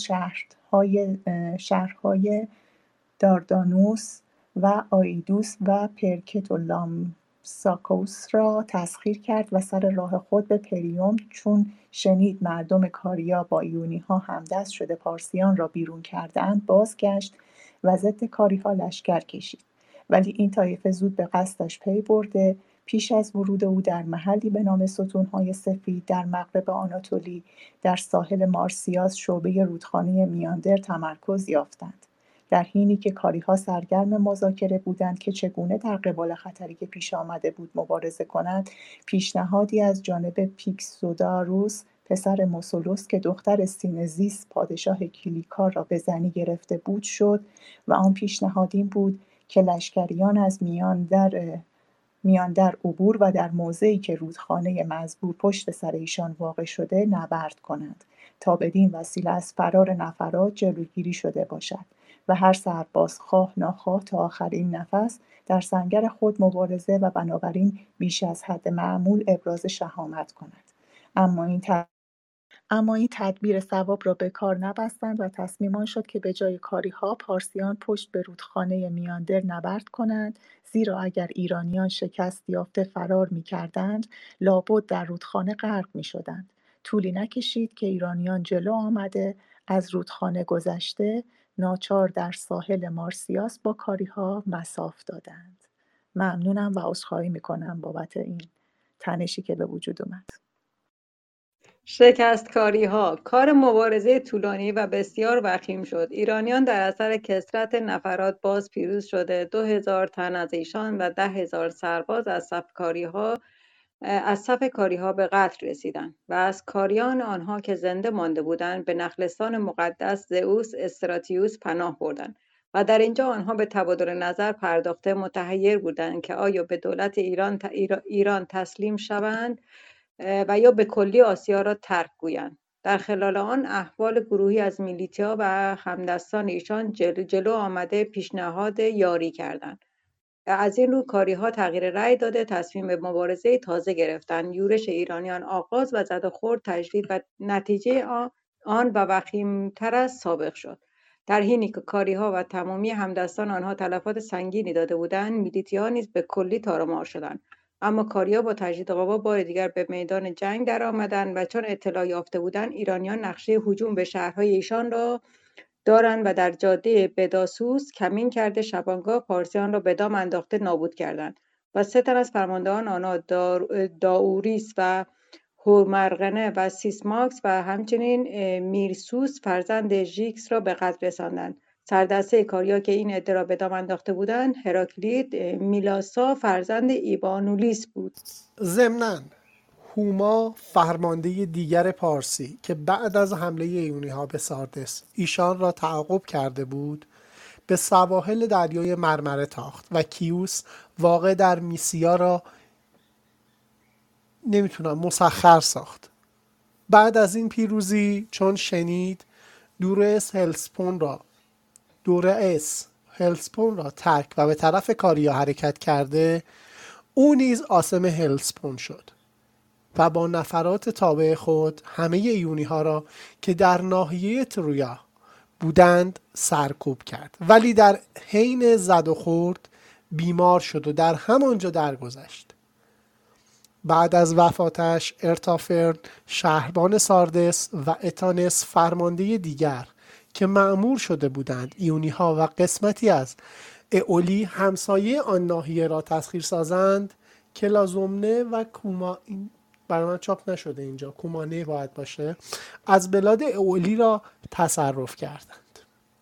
شهرهای داردانوس و آیدوس و پرکتولامساکوس را تسخیر کرد و سر راه خود به پریوم چون شنید مردم کاریا با ایونی‌ها همدست شده پارسیان را بیرون کردند بازگشت و ضد کاریها لشکر کشید. ولی این طایفه زود به قصدش پی برده پیش از ورود او در محلی به نام ستونهای سفید در مغرب آناتولی در ساحل مارسیاس شعبه رودخانه میاندر تمرکز یافتند. در حینی که کاریها سرگرم مذاکره بودند که چگونه در قبال خطری که پیش آمده بود مبارزه کنند پیشنهادی از جانب پیکسوداروس پسر موسولوس که دختر سینزیس پادشاه کلیکار را به زنی گرفته بود شد و آن پیشنهاد این بود که لشکریان از میاندر عبور و در موضعی که رودخانه مزبور پشت سر ایشان واقع شده نبرد کنند تا بدین وسیله از فرار نفرات جلوگیری شده باشد و هر سرباز خواه ناخواه تا آخرین نفس در سنگر خود مبارزه و بنابراین بیش از حد معمول ابراز شهامت کند. اما این تدبیر صواب را به کار نبستند و تصمیم آن شد که به جای کاریها پارسیان پشت به رودخانه میاندر نبرد کنند، زیرا اگر ایرانیان شکست یافته فرار می‌کردند لابد در رودخانه غرق می‌شدند. طولی نکشید که ایرانیان جلو آمده از رودخانه گذشته ناچار در ساحل مارسیاس با کاریها مصاف دادند. ممنونم و عذرخواهی می‌کنم بابت این تنشی که به وجود اومد. شکستکاری‌ها کار مبارزه طولانی و بسیار وخیم شد. ایرانیان در اثر کثرت نفرات باز پیروز شده 2000 تن از ایشان و 10,000 سرباز از صف کاریها به قتل رسیدند و از کاریان آنها که زنده مانده بودند به نخلستان مقدس زئوس استراتیوس پناه بردند و در اینجا آنها به تبادل نظر پرداخته متحیر بودند که آیا به دولت ایران تسلیم شوند و یا به کلی آسیا را ترک گویند. در خلال آن احوال گروهی از میلیتیا و همدستان ایشان جلو آمده پیشنهاد یاری کردند. از این رو کاری‌ها تغییر رأی داده، تصمیم به مبارزه تازه گرفتند. یورش ایرانیان آغاز و زد و خورد تجدید و نتیجه آن و وخیم‌تر از سابق شد. در حینی که کاری‌ها و تمامی همدستان آنها تلفات سنگینی داده بودند، میلیتی‌ها نیز به کلی تارومار شدند. اما کاری‌ها با تجدید قوا بار دیگر به میدان جنگ درآمدند و چون اطلاع یافته بودند ایرانیان نقشه هجوم به شهرهای ایشان را دارند و در جاده بداسوس کمین کرده شبانگاه پارسیان را به دام انداخته نابود کردند و 3 تن از فرماندهان آنها داوریس و هورمرغنه و سیسماکس و همچنین میرسوس فرزند ژیکس را به قتل رساندند. سردسته کاریا که این عده را به دام انداخته بودند هراکلیت میلاسا فرزند ایبانولیس بود. ضمناً هوما فرمانده دیگر پارسی که بعد از حمله ایونی‌ها به ساردس ایشان را تعقیب کرده بود به سواحل دریای مرمره تاخت و کیوس واقع در میسیا را مسخر ساخت. بعد از این پیروزی چون شنید دورس هلسپون را ترک و به طرف کاریا حرکت کرده، او نیز عاصم هلسپون شد و با نفرات تابع خود همه ایونی‌ها را که در ناحیه ترویا بودند سرکوب کرد، ولی در حین زد و خورد بیمار شد و در همانجا درگذشت. بعد از وفاتش ارتافرن شهربان ساردس و اتانس فرمانده دیگر که مأمور شده بودند ایونی‌ها و قسمتی از ائولی همسایه آن ناحیه را تسخیر سازند، کلازومنه و کوما، این برای من چاپ نشده اینجا، کومانه باید باشه، از بلاد ائولی را تصرف کردند.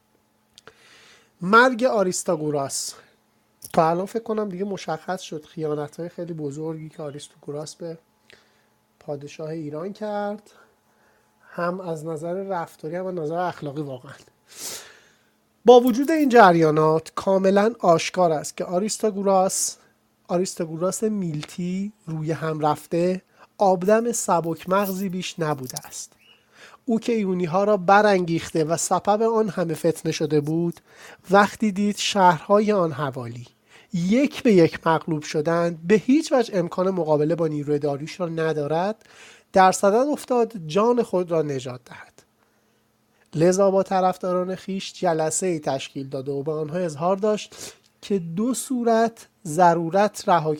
مرگ آریستاگوراس. تا الان فکر کنم دیگه مشخص شد خیانت‌های خیلی بزرگی که آریستاگوراس به پادشاه ایران کرد، هم از نظر رفتاری هم از نظر اخلاقی. واقعا با وجود این جریانات کاملا آشکار است که آریستاگوراس میلتی روی هم رفته آبدم سبک مغزی بیش نبوده است. او که ایونی‌ها را برانگیخته و سبب آن همه فتنه شده بود، وقتی دید شهرهای آن حوالی یک به یک مغلوب شدند، به هیچ وجه امکان مقابله با نیروی داریوش را ندارد، در صدد افتاد جان خود را نجات دهد. لذا با طرفداران خیش جلسه‌ای تشکیل داده و به آنها اظهار داشت که دو صورت ضرورت رها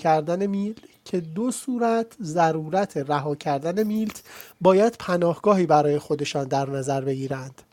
کردن میلت باید پناهگاهی برای خودشان در نظر بگیرند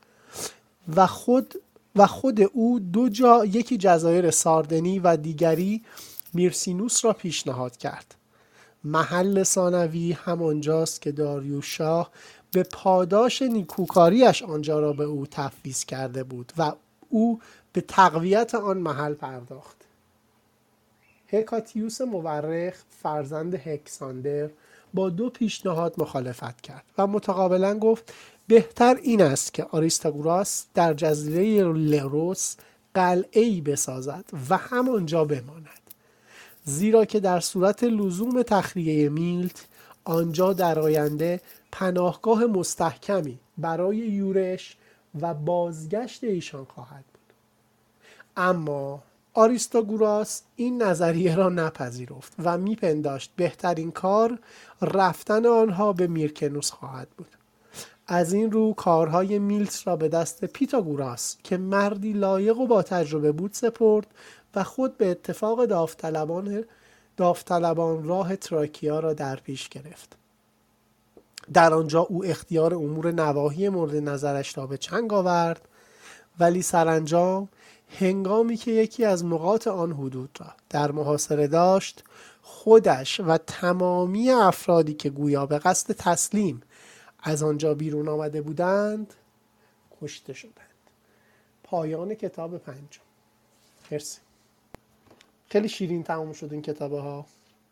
و خود او 2 جا، یکی جزایر ساردنی و دیگری میرسینوس را پیشنهاد کرد. محل ثانوی همانجاست که داریوش شاه به پاداش نیکوکاریش آنجا را به او تفویض کرده بود و او به تقویت آن محل پرداخت. هکاتیوس مورخ فرزند هکساندر با 2 پیشنهاد مخالفت کرد و متقابلا گفت بهتر این است که آریستاگوراس در جزیره لروس قلعه‌ای بسازد و همانجا بماند، زیرا که در صورت لزوم تخلیه میلت آنجا در آینده پناهگاه مستحکمی برای یورش و بازگشت ایشان خواهد بود. اما آریستاگوراس این نظریه را نپذیرفت و میپنداشت بهترین کار رفتن آنها به میرکنوس خواهد بود. از این رو کارهای میلت را به دست پیتاگوراس که مردی لایق و با تجربه بود سپرد و خود به اتفاق داوطلبان راه تراکیا را در پیش گرفت. در آنجا او اختیار امور نواحی مورد نظرش را به چنگ آورد، ولی سرانجام هنگامی که یکی از نقاط آن حدود را در محاصره داشت، خودش و تمامی افرادی که گویا به قصد تسلیم از آنجا بیرون آمده بودند کشته شدند. پایان کتاب 5. مرسی. خیلی شیرین تمام شد این کتابه ها.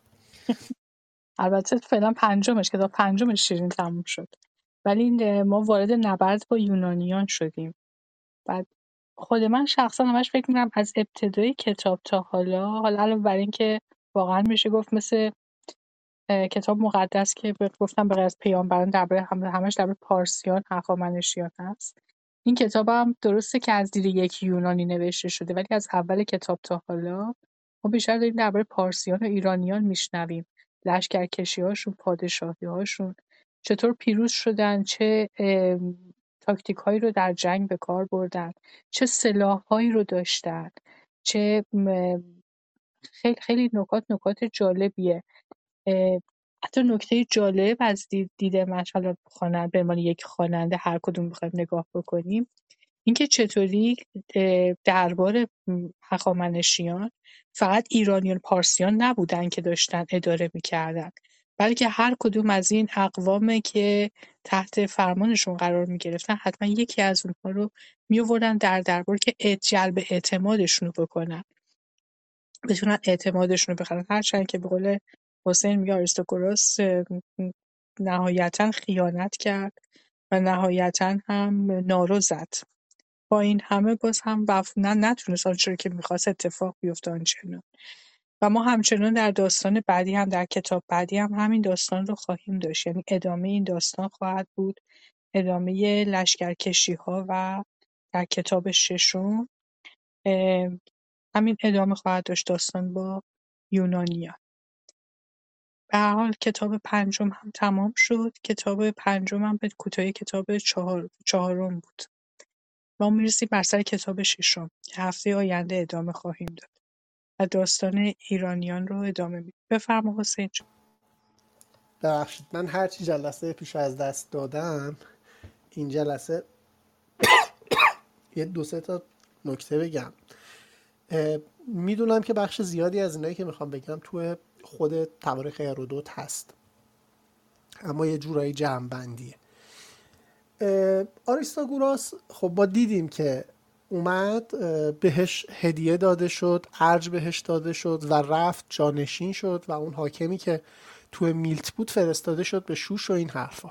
البته فعلا 5مش، کتاب 5مش شیرین تموم شد، ولی ما وارد نبرد با یونانیان شدیم. بعد خود من شخصا همش فکر می‌کنم از ابتدای کتاب تا حالا علاوه بر این که واقعا میشه گفت مثل کتاب مقدس که گفتم به غیر از پیامبران درباره همش درباره پارسیان هخامنشیان هست، این کتاب هم درسته که از دید یک یونانی نوشته شده، ولی از اول کتاب تا حالا ما بیشتر داریم درباره پارسیان و ایرانیان میشنویم، لشکرکشی‌هاشون، پادشاهی‌هاشون، چطور پیروز شدن، چه تاکتیک‌هایی رو در جنگ به کار بردن، چه سلاح‌هایی رو داشتن، چه خیلی خیلی نکات جالبیه. حتی نکته جالب از دید من، حالا خواننده به عنوان یک خواننده هر کدوم بخوایم نگاه بکنیم، اینکه چطوری دربار هخامنشیان فقط ایرانیان پارسیان نبودن که داشتن اداره میکردن، بلکه هر کدوم از این اقوامی که تحت فرمانشون قرار میگرفتن حتما یکی از اونها رو میوردن در دربار که جلب اعتمادشون رو بکنن، بتونن اعتمادشون رو بخرن. هرچند که به قول حسین میگه آریستوکوروس نهایتا خیانت کرد و نهایتا هم نارو زد، با این همه باز هم نتونست آنچه رو که میخواست اتفاق بیفته آنچنان. و ما همچنان در داستان بعدی هم، در کتاب بعدی هم همین داستان رو خواهیم داشت، یعنی ادامه این داستان خواهد بود، ادامه لشکرکشی ها و در کتاب ششم همین ادامه خواهد داشت داستان با یونانیان. به هر حال کتاب پنجم هم تمام شد. کتاب پنجم هم به کوتاهی کتاب چهارم بود. ما میرسیم بر سر کتاب ششم که هفته آینده ادامه خواهیم داد و داستان ایرانیان رو ادامه میدیم. بفرما حسین جان. ببخشید من هرچی جلسه پیش از دست دادم، این جلسه یه دو سه تا نکته بگم. میدونم که بخش زیادی از اینایی که میخوام بگم توی خود تواریخ هرودوت هست، اما یه جورایی جمع‌بندیه. آریستاگوراس خب ما دیدیم که اومد، بهش هدیه داده شد، ارج بهش داده شد و رفت جانشین شد و اون حاکمی که توی میلت بود فرستاده شد به شوش و این حرفا.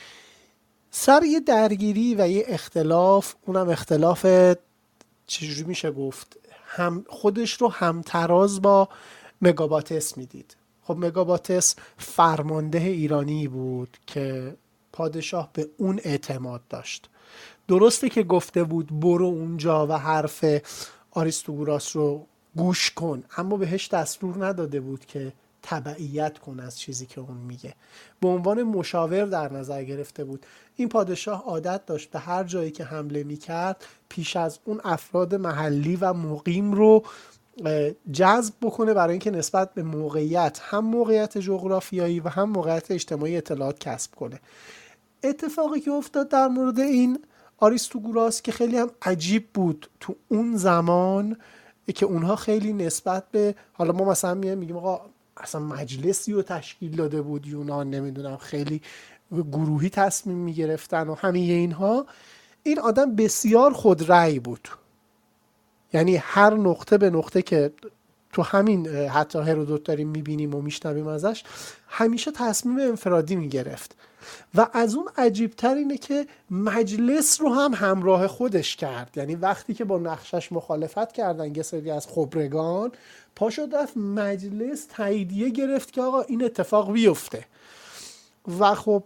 سر یه درگیری و یه اختلاف، اونم اختلاف چجوری میشه گفت، هم خودش رو همتراز با مگاباتس میدید. خب مگاباتس فرمانده ایرانی بود که پادشاه به اون اعتماد داشت. درسته که گفته بود برو اونجا و حرف آریستوگوراس رو گوش کن، اما بهش دستور نداده بود که تبعیت کن از چیزی که اون میگه. به عنوان مشاور در نظر گرفته بود. این پادشاه عادت داشت به هر جایی که حمله میکرد پیش از اون افراد محلی و مقیم رو جذب بکنه برای اینکه نسبت به موقعیت، هم موقعیت جغرافیایی و هم موقعیت اجتماعی اطلاعات کسب کنه. اتفاقی که افتاد در مورد این آریستوگوراس که خیلی هم عجیب بود تو اون زمان، که اونها خیلی نسبت به، حالا ما مثلا میگیم آقا اصلا مجلسی رو تشکیل داده بود یونان، نمیدونم خیلی گروهی تصمیم میگرفتن و همه اینها. این آدم بسیار خودرأی بود، یعنی هر نقطه به نقطه که تو همین حتی هرودوت داریم میبینیم و میشنویم ازش، همیشه تصمیم انفرادی میگرفت. و از اون عجیبتر اینه که مجلس رو هم همراه خودش کرد. یعنی وقتی که با نقشش مخالفت کردن یه سری از خبرگان، پا شد رفت مجلس تاییدیه گرفت که آقا این اتفاق بیفته. و خب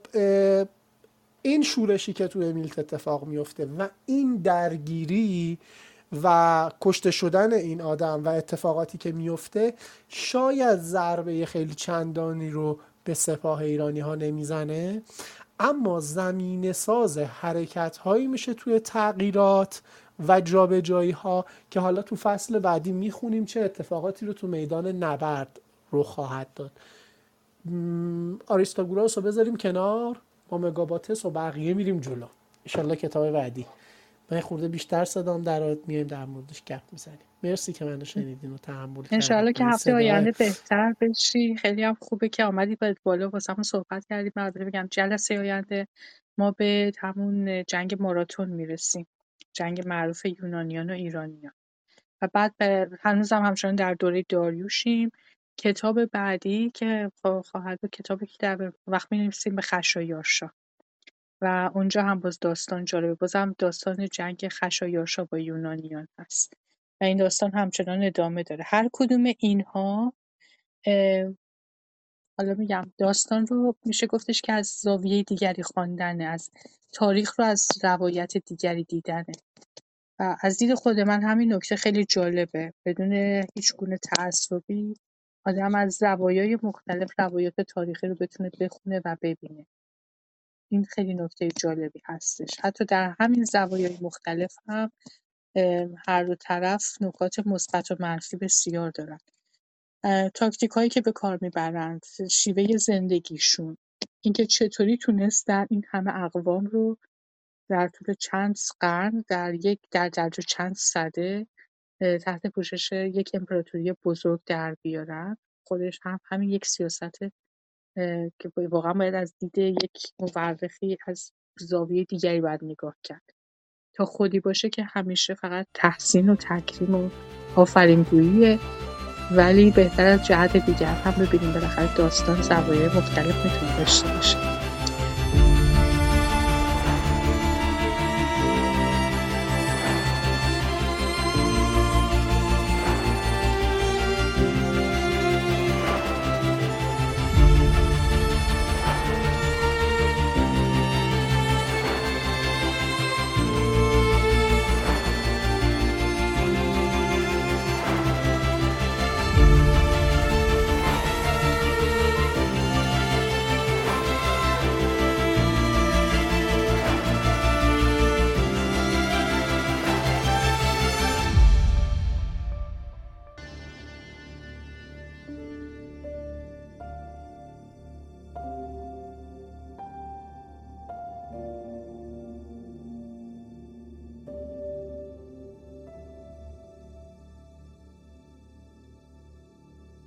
این شورشی که توی میلت اتفاق میفته و این درگیری و کشته شدن این آدم و اتفاقاتی که میفته شاید ضربه خیلی چندانی رو به سپاه ایرانی ها نمیزنه، اما زمینه ساز حرکت هایی میشه توی تغییرات و جابجایی ها که حالا تو فصل بعدی میخونیم چه اتفاقاتی رو تو میدان نبرد رو خواهد داد. آریستاگوراس رو بذاریم کنار، با مگاباتس و بقیه میریم جلو. انشالله کتاب بعدی من خورده بیشتر صدام درات میایم در موردش گپ میزنیم. مرسی که منو شنیدین و تحمل کردین. انشالله که هفته آینده بهتر بشی. خیلی هم خوبه که آمدی بالا واسمون صحبت کردیم. من بگم جلسه آینده ما به همون جنگ ماراتون میرسیم، جنگ معروف یونانیان و ایرانیان، و بعد هنوزم همچنان در دوره داریوشیم. کتاب بعدی که خواهد بود کتابی که در وقت می‌نویسیم به خشایارشا و اونجا هم باز داستان جالبه، بازم داستان جنگ خشایارشا با یونانیان هست و این داستان همچنان ادامه داره. هر کدوم اینها حالا میگم داستان رو میشه گفتش که از زاویه دیگری خواندنه، از تاریخ رو از روایت دیگری دیدنه از دید خود من همین نکته خیلی جالبه. بدون هیچ گونه تعصبی آدم از زوایای مختلف روایات تاریخی رو بتونه بخونه و ببینه. این خیلی نکته جالبی هستش. حتی در همین زوایای مختلف هم هر دو طرف نکات مثبت و منفی بسیار دارن. تاکتیکایی که به کار میبرند، شیوه زندگیشون، اینکه چطوری تونستن این همه اقوام رو در طول چند قرن در درجه چند سده تحت پوشش یک امپراتوری بزرگ در بیارن. خودش هم همین یک سیاست که واقعا باید از دید یک مورخی از زاویه دیگری باید نگاه کرد. تا خودی باشه که همیشه فقط تحسین و تکریم و آفرین‌گوییه، ولی بهتر از جهت دیگر هم ببینیم بالاخره داستان زوایای مختلف میتونه داشته باشه.